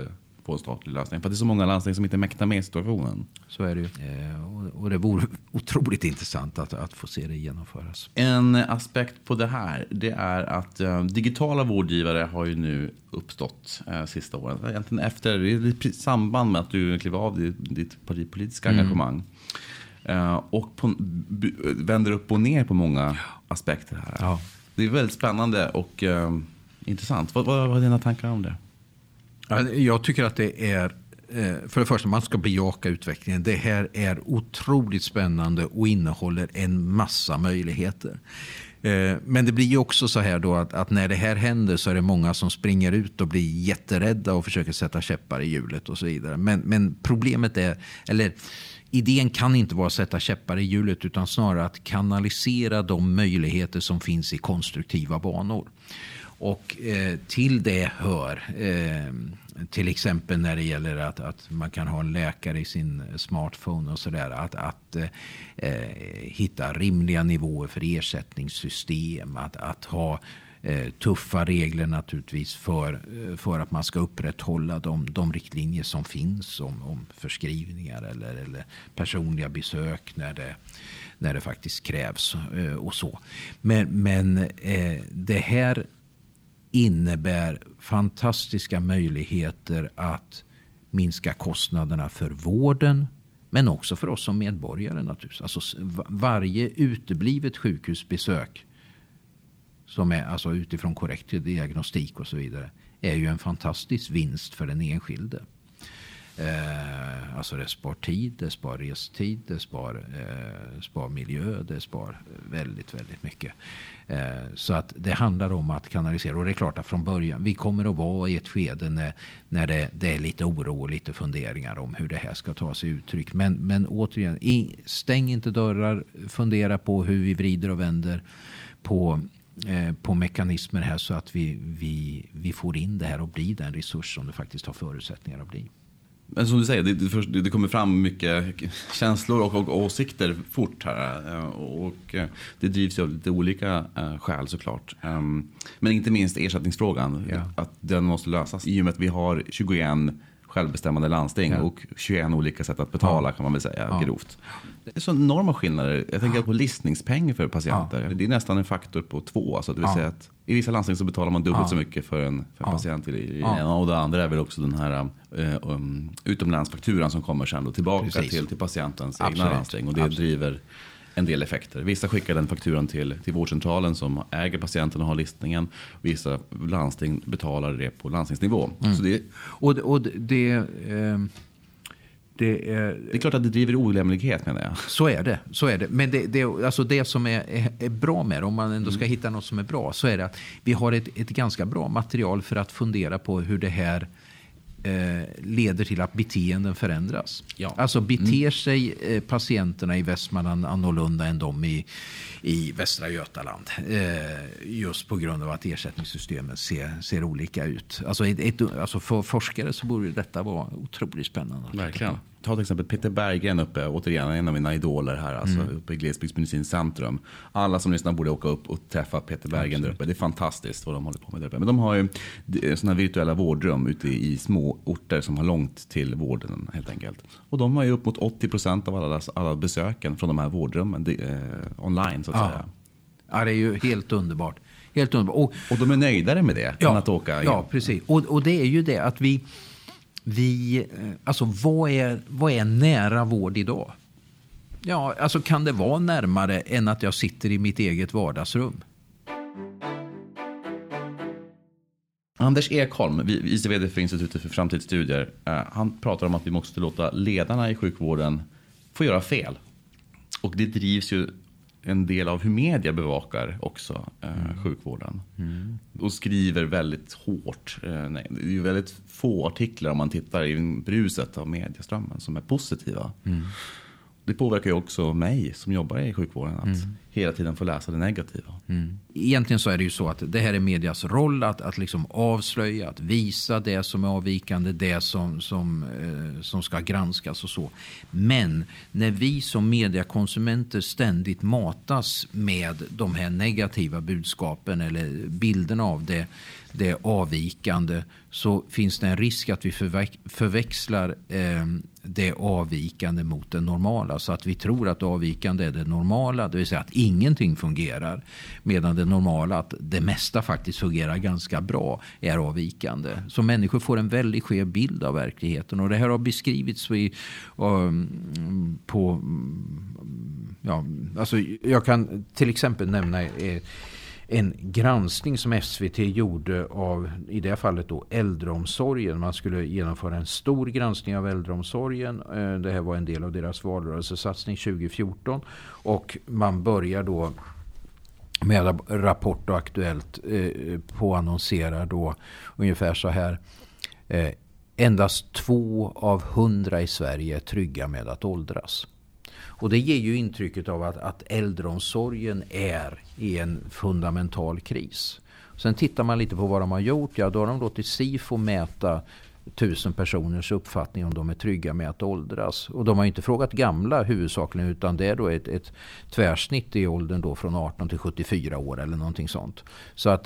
få en statlig lösning. För det är så många landsting som inte mäktar med situationen. Så är det ju. Och det vore otroligt intressant att få se det genomföras. En aspekt på det här, det är att digitala vårdgivare har ju nu uppstått sista åren. Egentligen i samband med att du klev av ditt partipolitiska engagemang. Och vänder upp och ner på många aspekter här. Ja. Det är väldigt spännande och intressant. Vad är dina tankar om det? Jag tycker att det är, för det första, man ska bejaka utvecklingen. Det här är otroligt spännande och innehåller en massa möjligheter. Men det blir ju också så här då att när det här händer så är det många som springer ut och blir jätterädda och försöker sätta käppar i hjulet och så vidare. Men problemet är, eller idén kan inte vara att sätta käppar i hjulet, utan snarare att kanalisera de möjligheter som finns i konstruktiva banor. Och till det hör till exempel när det gäller att man kan ha en läkare i sin smartphone och sådär, att hitta rimliga nivåer för ersättningssystem, att ha tuffa regler naturligtvis för att man ska upprätthålla de riktlinjer som finns om förskrivningar eller personliga besök när det faktiskt krävs och så. Men det här innebär fantastiska möjligheter att minska kostnaderna för vården, men också för oss som medborgare naturligtvis. Alltså varje uteblivet sjukhusbesök som är alltså utifrån korrekt diagnostik och så vidare är ju en fantastisk vinst för den enskilde. Alltså det spar tid, det spar restid, det spar miljö, det spar väldigt, väldigt mycket. Så att det handlar om att kanalisera. Och det är klart att från början, vi kommer att vara i ett skede när det är lite oro och lite funderingar om hur det här ska ta sig uttryck. Men återigen, stäng inte dörrar, fundera på hur vi vrider och vänder på mekanismer här så att vi får in det här och blir den resurs som det faktiskt har förutsättningar att bli. Men som du säger, det kommer fram mycket känslor och åsikter fort här. Och det drivs ju av lite olika skäl såklart. Men inte minst ersättningsfrågan, att den måste lösas. I och med att vi har 21 självbestämmande landsting och 21 olika sätt att betala kan man väl säga grovt. Det är så enorma skillnader. Jag tänker på listningspengar för patienter. Det är nästan en faktor på 2. Alltså det vill säga att i vissa landsting så betalar man dubbelt så mycket för en patient. Och det andra är väl också den här utomlandsfakturan som kommer sen då tillbaka till patientens egna landsting. Och det driver en del effekter. Vissa skickar den fakturan till vårdcentralen som äger patienten och har listningen. Vissa landsting betalar det på landstingsnivå. Så det är klart att det driver ojämlikhet, menar jag. Så är det. Men det som är bra med det, om man ändå ska hitta något som är bra, så är det att vi har ett ganska bra material för att fundera på hur det här leder till att beteenden förändras. Ja. Alltså beter sig patienterna i Västmanland annorlunda än de i Västra Götaland. Just på grund av att ersättningssystemen ser olika ut. Alltså för forskare så borde detta vara otroligt spännande. Verkligen. Ta till exempel Peter Berggren uppe, återigen en av mina idoler här, alltså uppe i Glesbygdsmedicinens centrum. Alla som lyssnar borde åka upp och träffa Peter Berggren där uppe. Det är fantastiskt vad de håller på med där uppe. Men de har ju sådana virtuella vårdrum ute i små orter som har långt till vården helt enkelt. Och de har ju upp mot 80% av alla besöken från de här vårdrummen online så att säga. Ja, det är ju helt underbart. Och de är nöjdare med det än att åka in. Ja, precis. Och det är ju det att alltså vad är nära vård idag? Ja, alltså kan det vara närmare än att jag sitter i mitt eget vardagsrum? Anders Ekholm, vice vd för Institutet för framtidsstudier, han pratar om att vi måste låta ledarna i sjukvården få göra fel. Och det drivs ju en del av hur media bevakar också sjukvården. Och skriver väldigt hårt. Det är ju väldigt få artiklar om man tittar i bruset av medieströmmen som är positiva. det påverkar ju också mig som jobbar i sjukvården att hela tiden få läsa det negativa. Egentligen så är det ju så att det här är medias roll att liksom avslöja, att visa det som är avvikande, det som ska granskas och så. Men när vi som mediekonsumenter ständigt matas med de här negativa budskapen eller bilderna av det avvikande, så finns det en risk att vi förväxlar det avvikande mot det normala. Så att vi tror att det avvikande är det normala, det vill säga att ingenting fungerar. Medan det normala, att det mesta faktiskt fungerar ganska bra, är avvikande. Så människor får en väldigt skev bild av verkligheten. Och det här har beskrivits alltså jag kan till exempel nämna en granskning som SVT gjorde av, i det fallet då, äldreomsorgen. Man skulle genomföra en stor granskning av äldreomsorgen. Det här var en del av deras valrörelsesatsning 2014. Och man börjar då med Rapport och Aktuellt påannonserar då ungefär så här. Endast 2 av 100 i Sverige är trygga med att åldras. Och det ger ju intrycket av att äldreomsorgen är i en fundamental kris. Sen tittar man lite på vad de har gjort. Ja, då har de låtit SIFO mäta 1000 personers uppfattning om de är trygga med att åldras. Och de har inte frågat gamla huvudsakligen, utan det är då ett tvärsnitt i åldern då från 18 till 74 år eller någonting sånt. Så att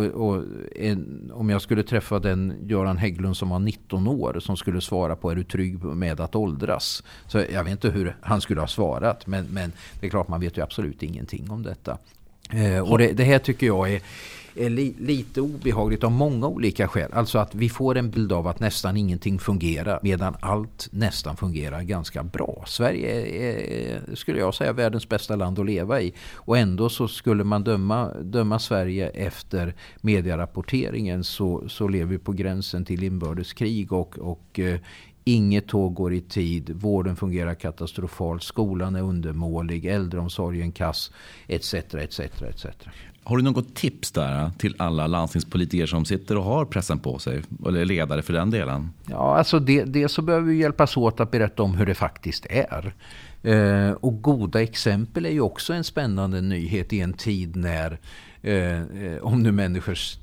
om jag skulle träffa den Göran Hägglund som var 19 år som skulle svara på är du trygg med att åldras, så jag vet inte hur han skulle ha svarat, men det är klart, man vet ju absolut ingenting om detta. Och det här tycker jag är lite obehagligt av många olika skäl. Alltså att vi får en bild av att nästan ingenting fungerar medan allt nästan fungerar ganska bra. Sverige är, skulle jag säga, världens bästa land att leva i. Och ändå så skulle man döma Sverige efter medierapporteringen så lever vi på gränsen till inbördeskrig och inget tåg går i tid, vården fungerar katastrofalt, skolan är undermålig, äldreomsorgen kass, etc. etc. etc. Har du något tips där till alla landstingspolitiker som sitter och har pressen på sig, eller ledare för den delen? Ja, alltså det så behöver vi hjälpas åt att berätta om hur det faktiskt är. Och goda exempel är ju också en spännande nyhet i en tid när om nu människors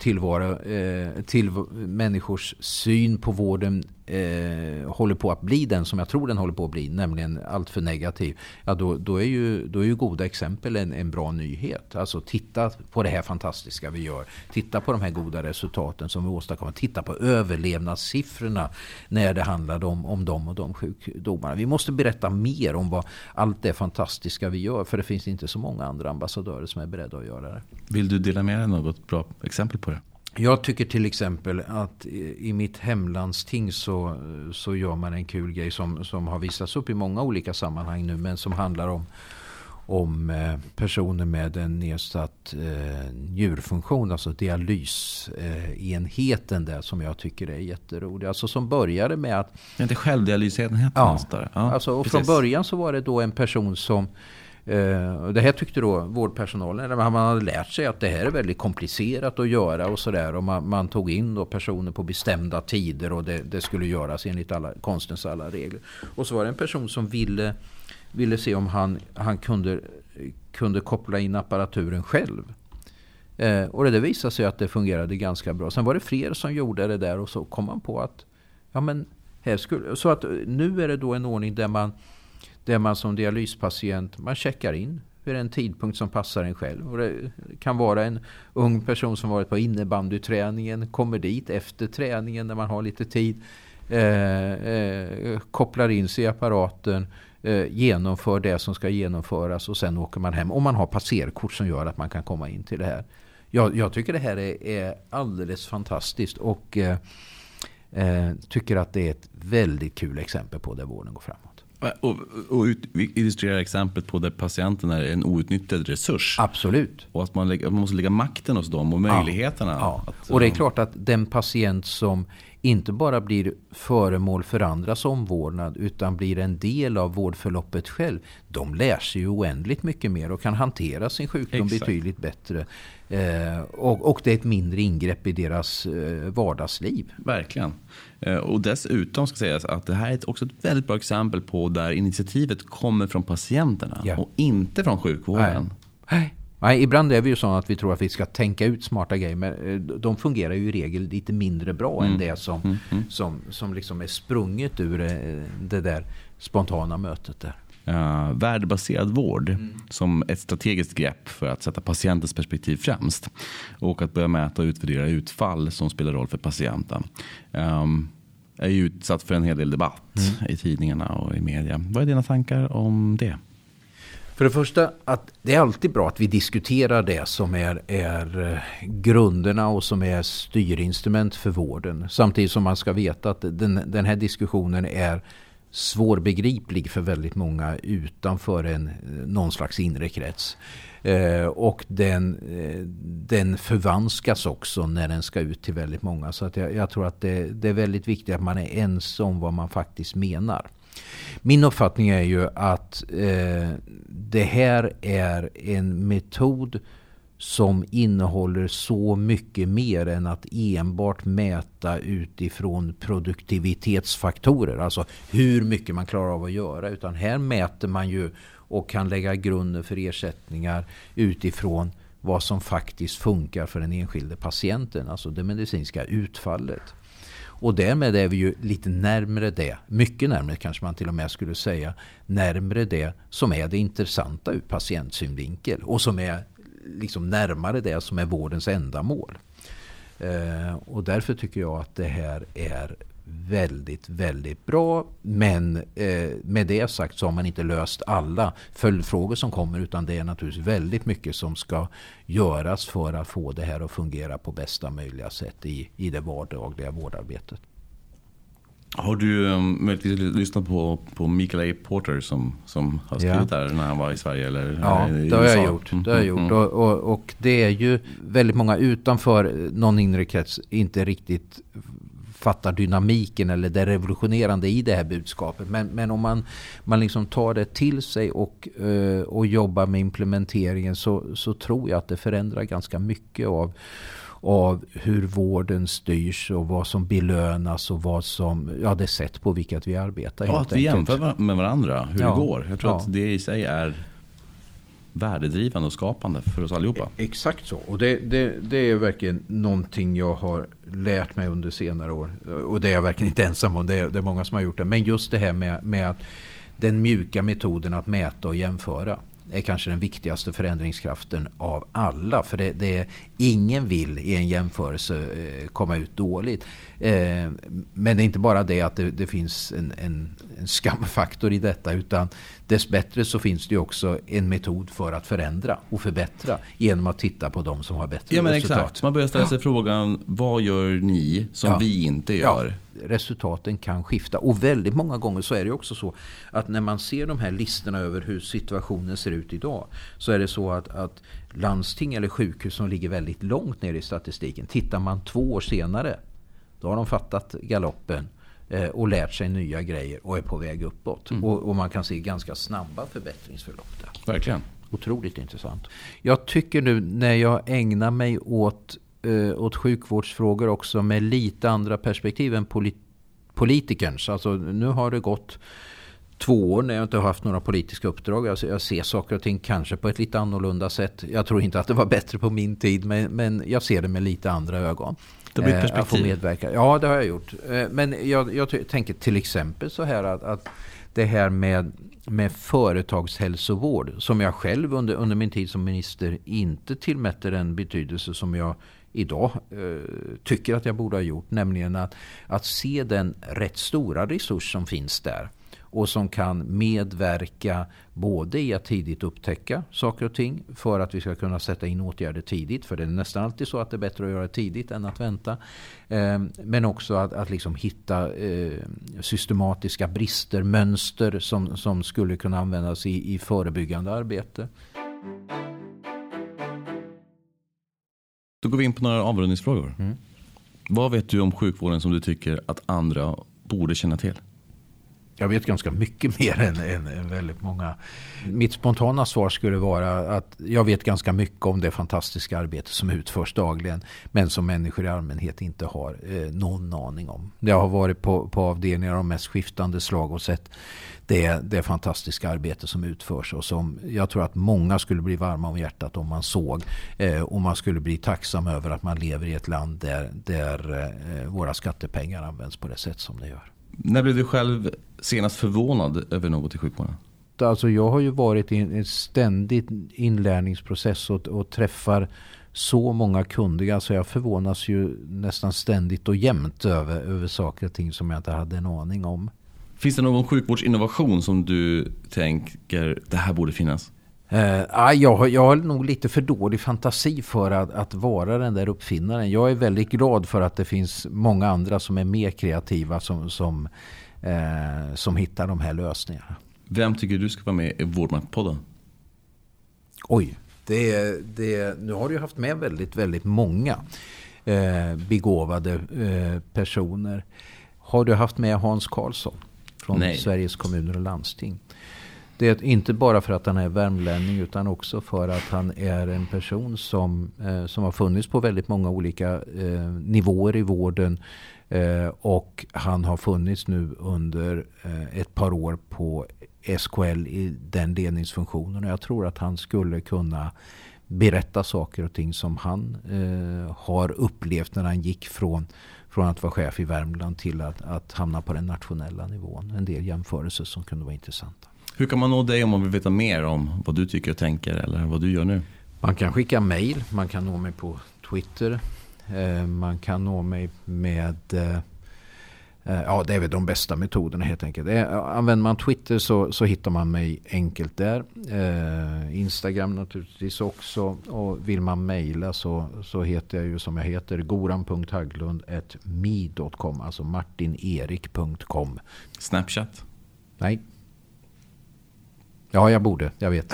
människors syn på vården håller på att bli den som jag tror den håller på att bli, nämligen allt för negativ. Ja, då är ju goda exempel en bra nyhet. Alltså titta på det här fantastiska vi gör. Titta på de här goda resultaten som vi åstadkommer. Titta på överlevnadssiffrorna när det handlar om de och de sjukdomarna. Vi måste berätta mer om vad allt det fantastiska vi gör, för det finns inte så många andra ambassadörer som är beredda att göra det. Vill du dela med dig något bra exempel på det? Jag tycker till exempel att i mitt hemlandsting så gör man en kul grej som har visats upp i många olika sammanhang nu, men som handlar om personer med en nedsatt njurfunktion, alltså dialysenheten där, som jag tycker är jätterolig. Alltså som började med att... Det är inte självdialysenheten? Ja, alltså, och från början så var det då en person som... det här tyckte då vårdpersonalen, man hade lärt sig att det här är väldigt komplicerat att göra och sådär, och man tog in då personer på bestämda tider och det skulle göras enligt konstens alla regler. Och så var det en person som ville se om han kunde koppla in apparaturen själv. Och det visade sig att det fungerade ganska bra. Sen var det fler som gjorde det där, och så kom man på att så att nu är det då en ordning där man som dialyspatient, man checkar in vid en tidpunkt som passar en själv. Och det kan vara en ung person som varit på innebandyträningen, kommer dit efter träningen när man har lite tid, kopplar in sig i apparaten, genomför det som ska genomföras, och sen åker man hem. Och man har passerkort som gör att man kan komma in till det här. Jag tycker det här är alldeles fantastiskt, och tycker att det är ett väldigt kul exempel på där vården går framåt. Och illustrerar exempel på där patienten är en outnyttjad resurs. Absolut. Och att man måste lägga makten hos dem och möjligheterna. Ja. Och det är klart att den patient som inte bara blir föremål för andras omvårdnad utan blir en del av vårdförloppet själv, de lär sig ju oändligt mycket mer och kan hantera sin sjukdom betydligt bättre. Och det är ett mindre ingrepp i deras vardagsliv. Verkligen. Och dessutom ska sägas att det här är också ett väldigt bra exempel på där initiativet kommer från patienterna och inte från sjukvården. Nej, ibland är vi ju så att vi tror att vi ska tänka ut smarta grejer, men de fungerar ju i regel lite mindre bra än det som liksom är sprunget ur det där spontana mötet där. Värdebaserad vård som ett strategiskt grepp för att sätta patientens perspektiv främst och att börja mäta och utvärdera utfall som spelar roll för patienten. Är ju utsatt för en hel del debatt i tidningarna och i media. Vad är dina tankar om det? För det första, att det är alltid bra att vi diskuterar det som är grunderna och som är styrinstrument för vården. Samtidigt som man ska veta att den här diskussionen är svårbegriplig för väldigt många utanför någon slags inre krets. Och den förvanskas också när den ska ut till väldigt många. Så att jag tror att det är väldigt viktigt att man är ensam om vad man faktiskt menar. Min uppfattning är ju att det här är en metod som innehåller så mycket mer än att enbart mäta utifrån produktivitetsfaktorer. Alltså hur mycket man klarar av att göra. Utan här mäter man ju och kan lägga grunden för ersättningar utifrån vad som faktiskt funkar för den enskilde patienten. Alltså det medicinska utfallet. Och därmed är vi ju lite närmare det, mycket närmare kanske man till och med skulle säga, närmare det som är det intressanta ur patientsynvinkel och som är liksom närmare det som är vårdens ändamål. Och därför tycker jag att det här är väldigt, väldigt bra. Men med det sagt så har man inte löst alla följdfrågor som kommer, utan det är naturligtvis väldigt mycket som ska göras för att få det här att fungera på bästa möjliga sätt i det vardagliga vårdarbetet. Har du möjligtvis lyssnat på Michael A. Porter som har skrivit där när han var i Sverige? Eller ja, det har jag gjort. Det har jag gjort. Och det är ju väldigt många utanför någon inre krets inte riktigt fattar dynamiken eller det revolutionerande i det här budskapet. Men om man liksom tar det till sig och jobbar med implementeringen så tror jag att det förändrar ganska mycket av hur vården styrs och vad som belönas och vad som, det sätt på vilket vi arbetar. Ja, att vi jämför med varandra hur det går. Jag tror att det i sig är värdedrivande och skapande för oss allihopa. Exakt så. Och det är verkligen någonting jag har lärt mig under senare år. Och det är jag verkligen inte ensam om. Det är många som har gjort det. Men just det här med att den mjuka metoden att mäta och jämföra är kanske den viktigaste förändringskraften av alla. För det ingen vill i en jämförelse komma ut dåligt. Men det är inte bara det att det finns en skamfaktor i detta, utan dess bättre så finns det ju också en metod för att förändra och förbättra genom att titta på de som har bättre resultat. Exakt. Man börjar ställa sig frågan, vad gör ni som vi inte gör? Ja. Resultaten kan skifta. Och väldigt många gånger så är det också så att när man ser de här listorna över hur situationen ser ut idag, så är det så att landsting eller sjukhus som ligger väldigt långt ner i statistiken, tittar man 2 år senare, då har de fattat galoppen och lärt sig nya grejer och är på väg uppåt. Och man kan se ganska snabba förbättringsförlopp där. Verkligen. Otroligt intressant. Jag tycker nu när jag ägnar mig åt sjukvårdsfrågor också med lite andra perspektiv än politikerns. Alltså nu har det gått 2 år när jag inte har haft några politiska uppdrag. Alltså jag ser saker och ting kanske på ett lite annorlunda sätt. Jag tror inte att det var bättre på min tid, men jag ser det med lite andra ögon. Det blir perspektiv. Jag får medverka. Ja, det har jag gjort. Men jag tänker till exempel så här att det här med företagshälsovård som jag själv under min tid som minister inte tillmätte den betydelse som jag idag tycker att jag borde ha gjort, nämligen att se den rätt stora resurs som finns där och som kan medverka både i att tidigt upptäcka saker och ting för att vi ska kunna sätta in åtgärder tidigt, för det är nästan alltid så att det är bättre att göra tidigt än att vänta, men också att liksom hitta systematiska brister, mönster som skulle kunna användas i förebyggande arbete. Då går vi in på några avrundningsfrågor. Vad vet du om sjukvården som du tycker att andra borde känna till? Jag vet ganska mycket mer än väldigt många. Mitt spontana svar skulle vara att jag vet ganska mycket om det fantastiska arbete som utförs dagligen, men som människor i allmänhet inte har någon aning om. Jag har varit på avdelningar av de mest skiftande slag och sett det fantastiska arbete som utförs, och som jag tror att många skulle bli varma om hjärtat om man såg, och man skulle bli tacksam över att man lever i ett land där våra skattepengar används på det sätt som det gör. När blev du själv senast förvånad över något i sjukvården? Alltså jag har ju varit i en ständig inlärningsprocess och träffar så många kundiga, så jag förvånas ju nästan ständigt och jämt över saker och ting som jag inte hade en aning om. Finns det någon sjukvårdsinnovation som du tänker det här borde finnas? Jag har nog lite för dålig fantasi för att vara den där uppfinnaren. Jag är väldigt glad för att det finns många andra som är mer kreativa som hittar de här lösningarna. Vem tycker du ska vara med i Vårdmaktpodden? Oj, nu har du haft med väldigt, väldigt många begåvade personer. Har du haft med Hans Karlsson från Sveriges kommuner och landsting? Det är inte bara för att han är värmlänning, utan också för att han är en person som har funnits på väldigt många olika nivåer i vården, och han har funnits nu under ett par år på SKL i den ledningsfunktionen, och jag tror att han skulle kunna berätta saker och ting som han har upplevt när han gick från att vara chef i Värmland till att hamna på den nationella nivån. En del jämförelser som kunde vara intressanta. Hur kan man nå dig om man vill veta mer om vad du tycker och tänker eller vad du gör nu? Man kan skicka mejl, man kan nå mig på Twitter, man kan nå mig med det är väl de bästa metoderna helt enkelt. Använder man Twitter så hittar man mig enkelt där. Instagram naturligtvis också, och vill man mejla så heter jag ju som jag heter goran.haglund@me.com, alltså martinerik.com. Snapchat? Nej. Ja, jag borde. Jag vet.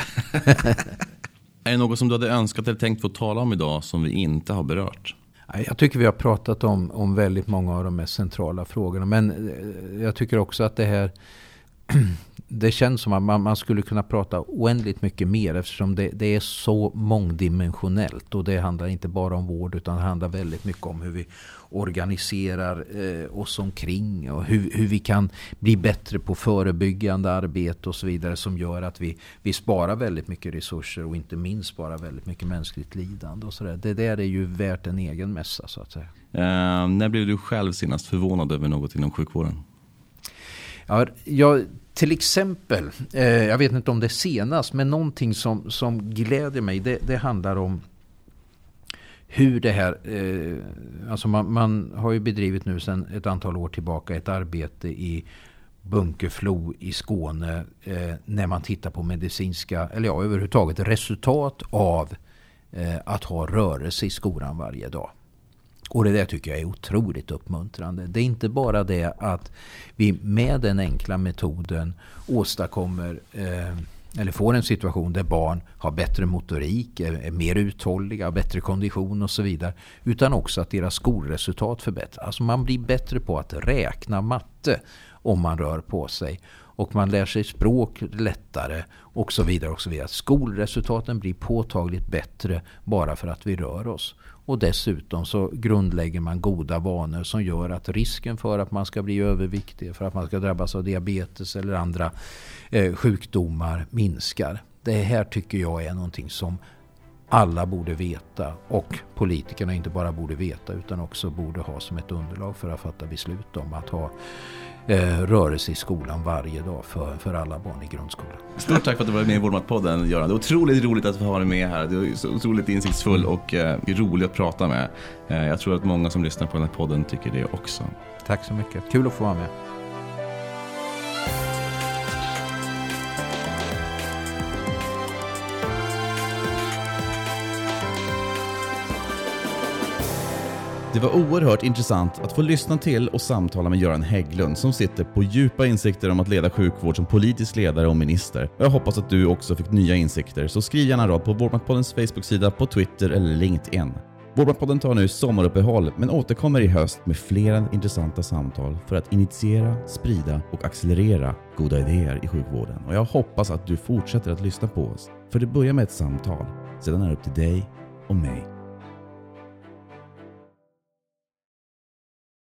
Är det något som du hade önskat eller tänkt få tala om idag som vi inte har berört? Jag tycker vi har pratat om väldigt många av de mest centrala frågorna. Men jag tycker också att det här... Det känns som att man skulle kunna prata oändligt mycket mer, eftersom det är så mångdimensionellt, och det handlar inte bara om vård, utan det handlar väldigt mycket om hur vi organiserar oss omkring, och hur vi kan bli bättre på förebyggande arbete och så vidare, som gör att vi sparar väldigt mycket resurser och inte minst sparar väldigt mycket mänskligt lidande och så där. Det där är ju värt en egen mässa, så att säga. När blev du själv senast förvånad över något inom sjukvården? Ja, till exempel, jag vet inte om det är senast, men någonting som gläder mig, det handlar om hur det här, alltså man har ju bedrivit nu sedan ett antal år tillbaka ett arbete i Bunkeflo i Skåne, när man tittar på medicinska, eller överhuvudtaget resultat av att ha rörelse i skolan varje dag. Och det där tycker jag är otroligt uppmuntrande. Det är inte bara det att vi med den enkla metoden åstadkommer eller får en situation där barn har bättre motorik, är mer uthålliga, bättre kondition och så vidare, utan också att deras skolresultat förbättras. Alltså man blir bättre på att räkna matte om man rör på sig, och man lär sig språk lättare och så vidare och så vidare. Skolresultaten blir påtagligt bättre bara för att vi rör oss. Och dessutom så grundlägger man goda vanor som gör att risken för att man ska bli överviktig, för att man ska drabbas av diabetes eller andra sjukdomar minskar. Det här tycker jag är någonting som alla borde veta, och politikerna inte bara borde veta utan också borde ha som ett underlag för att fatta beslut om att ha rörelse i skolan varje dag för alla barn i grundskolan. Stort tack för att du var med i Vårdmaktpodden, Göran. Det är otroligt roligt att få ha dig med här. Du är så otroligt insiktsfull och rolig att prata med. Jag tror att många som lyssnar på den här podden tycker det också. Tack så mycket. Kul att få vara med. Det var oerhört intressant att få lyssna till och samtala med Göran Hägglund, som sitter på djupa insikter om att leda sjukvård som politisk ledare och minister. Jag hoppas att du också fick nya insikter, så skriv gärna rad på Vårdmaktpoddens Facebook-sida, på Twitter eller LinkedIn. Vårdmatpodden tar nu sommaruppehåll men återkommer i höst med flera intressanta samtal för att initiera, sprida och accelerera goda idéer i sjukvården. Och jag hoppas att du fortsätter att lyssna på oss. För det börjar med ett samtal, sedan är det upp till dig och mig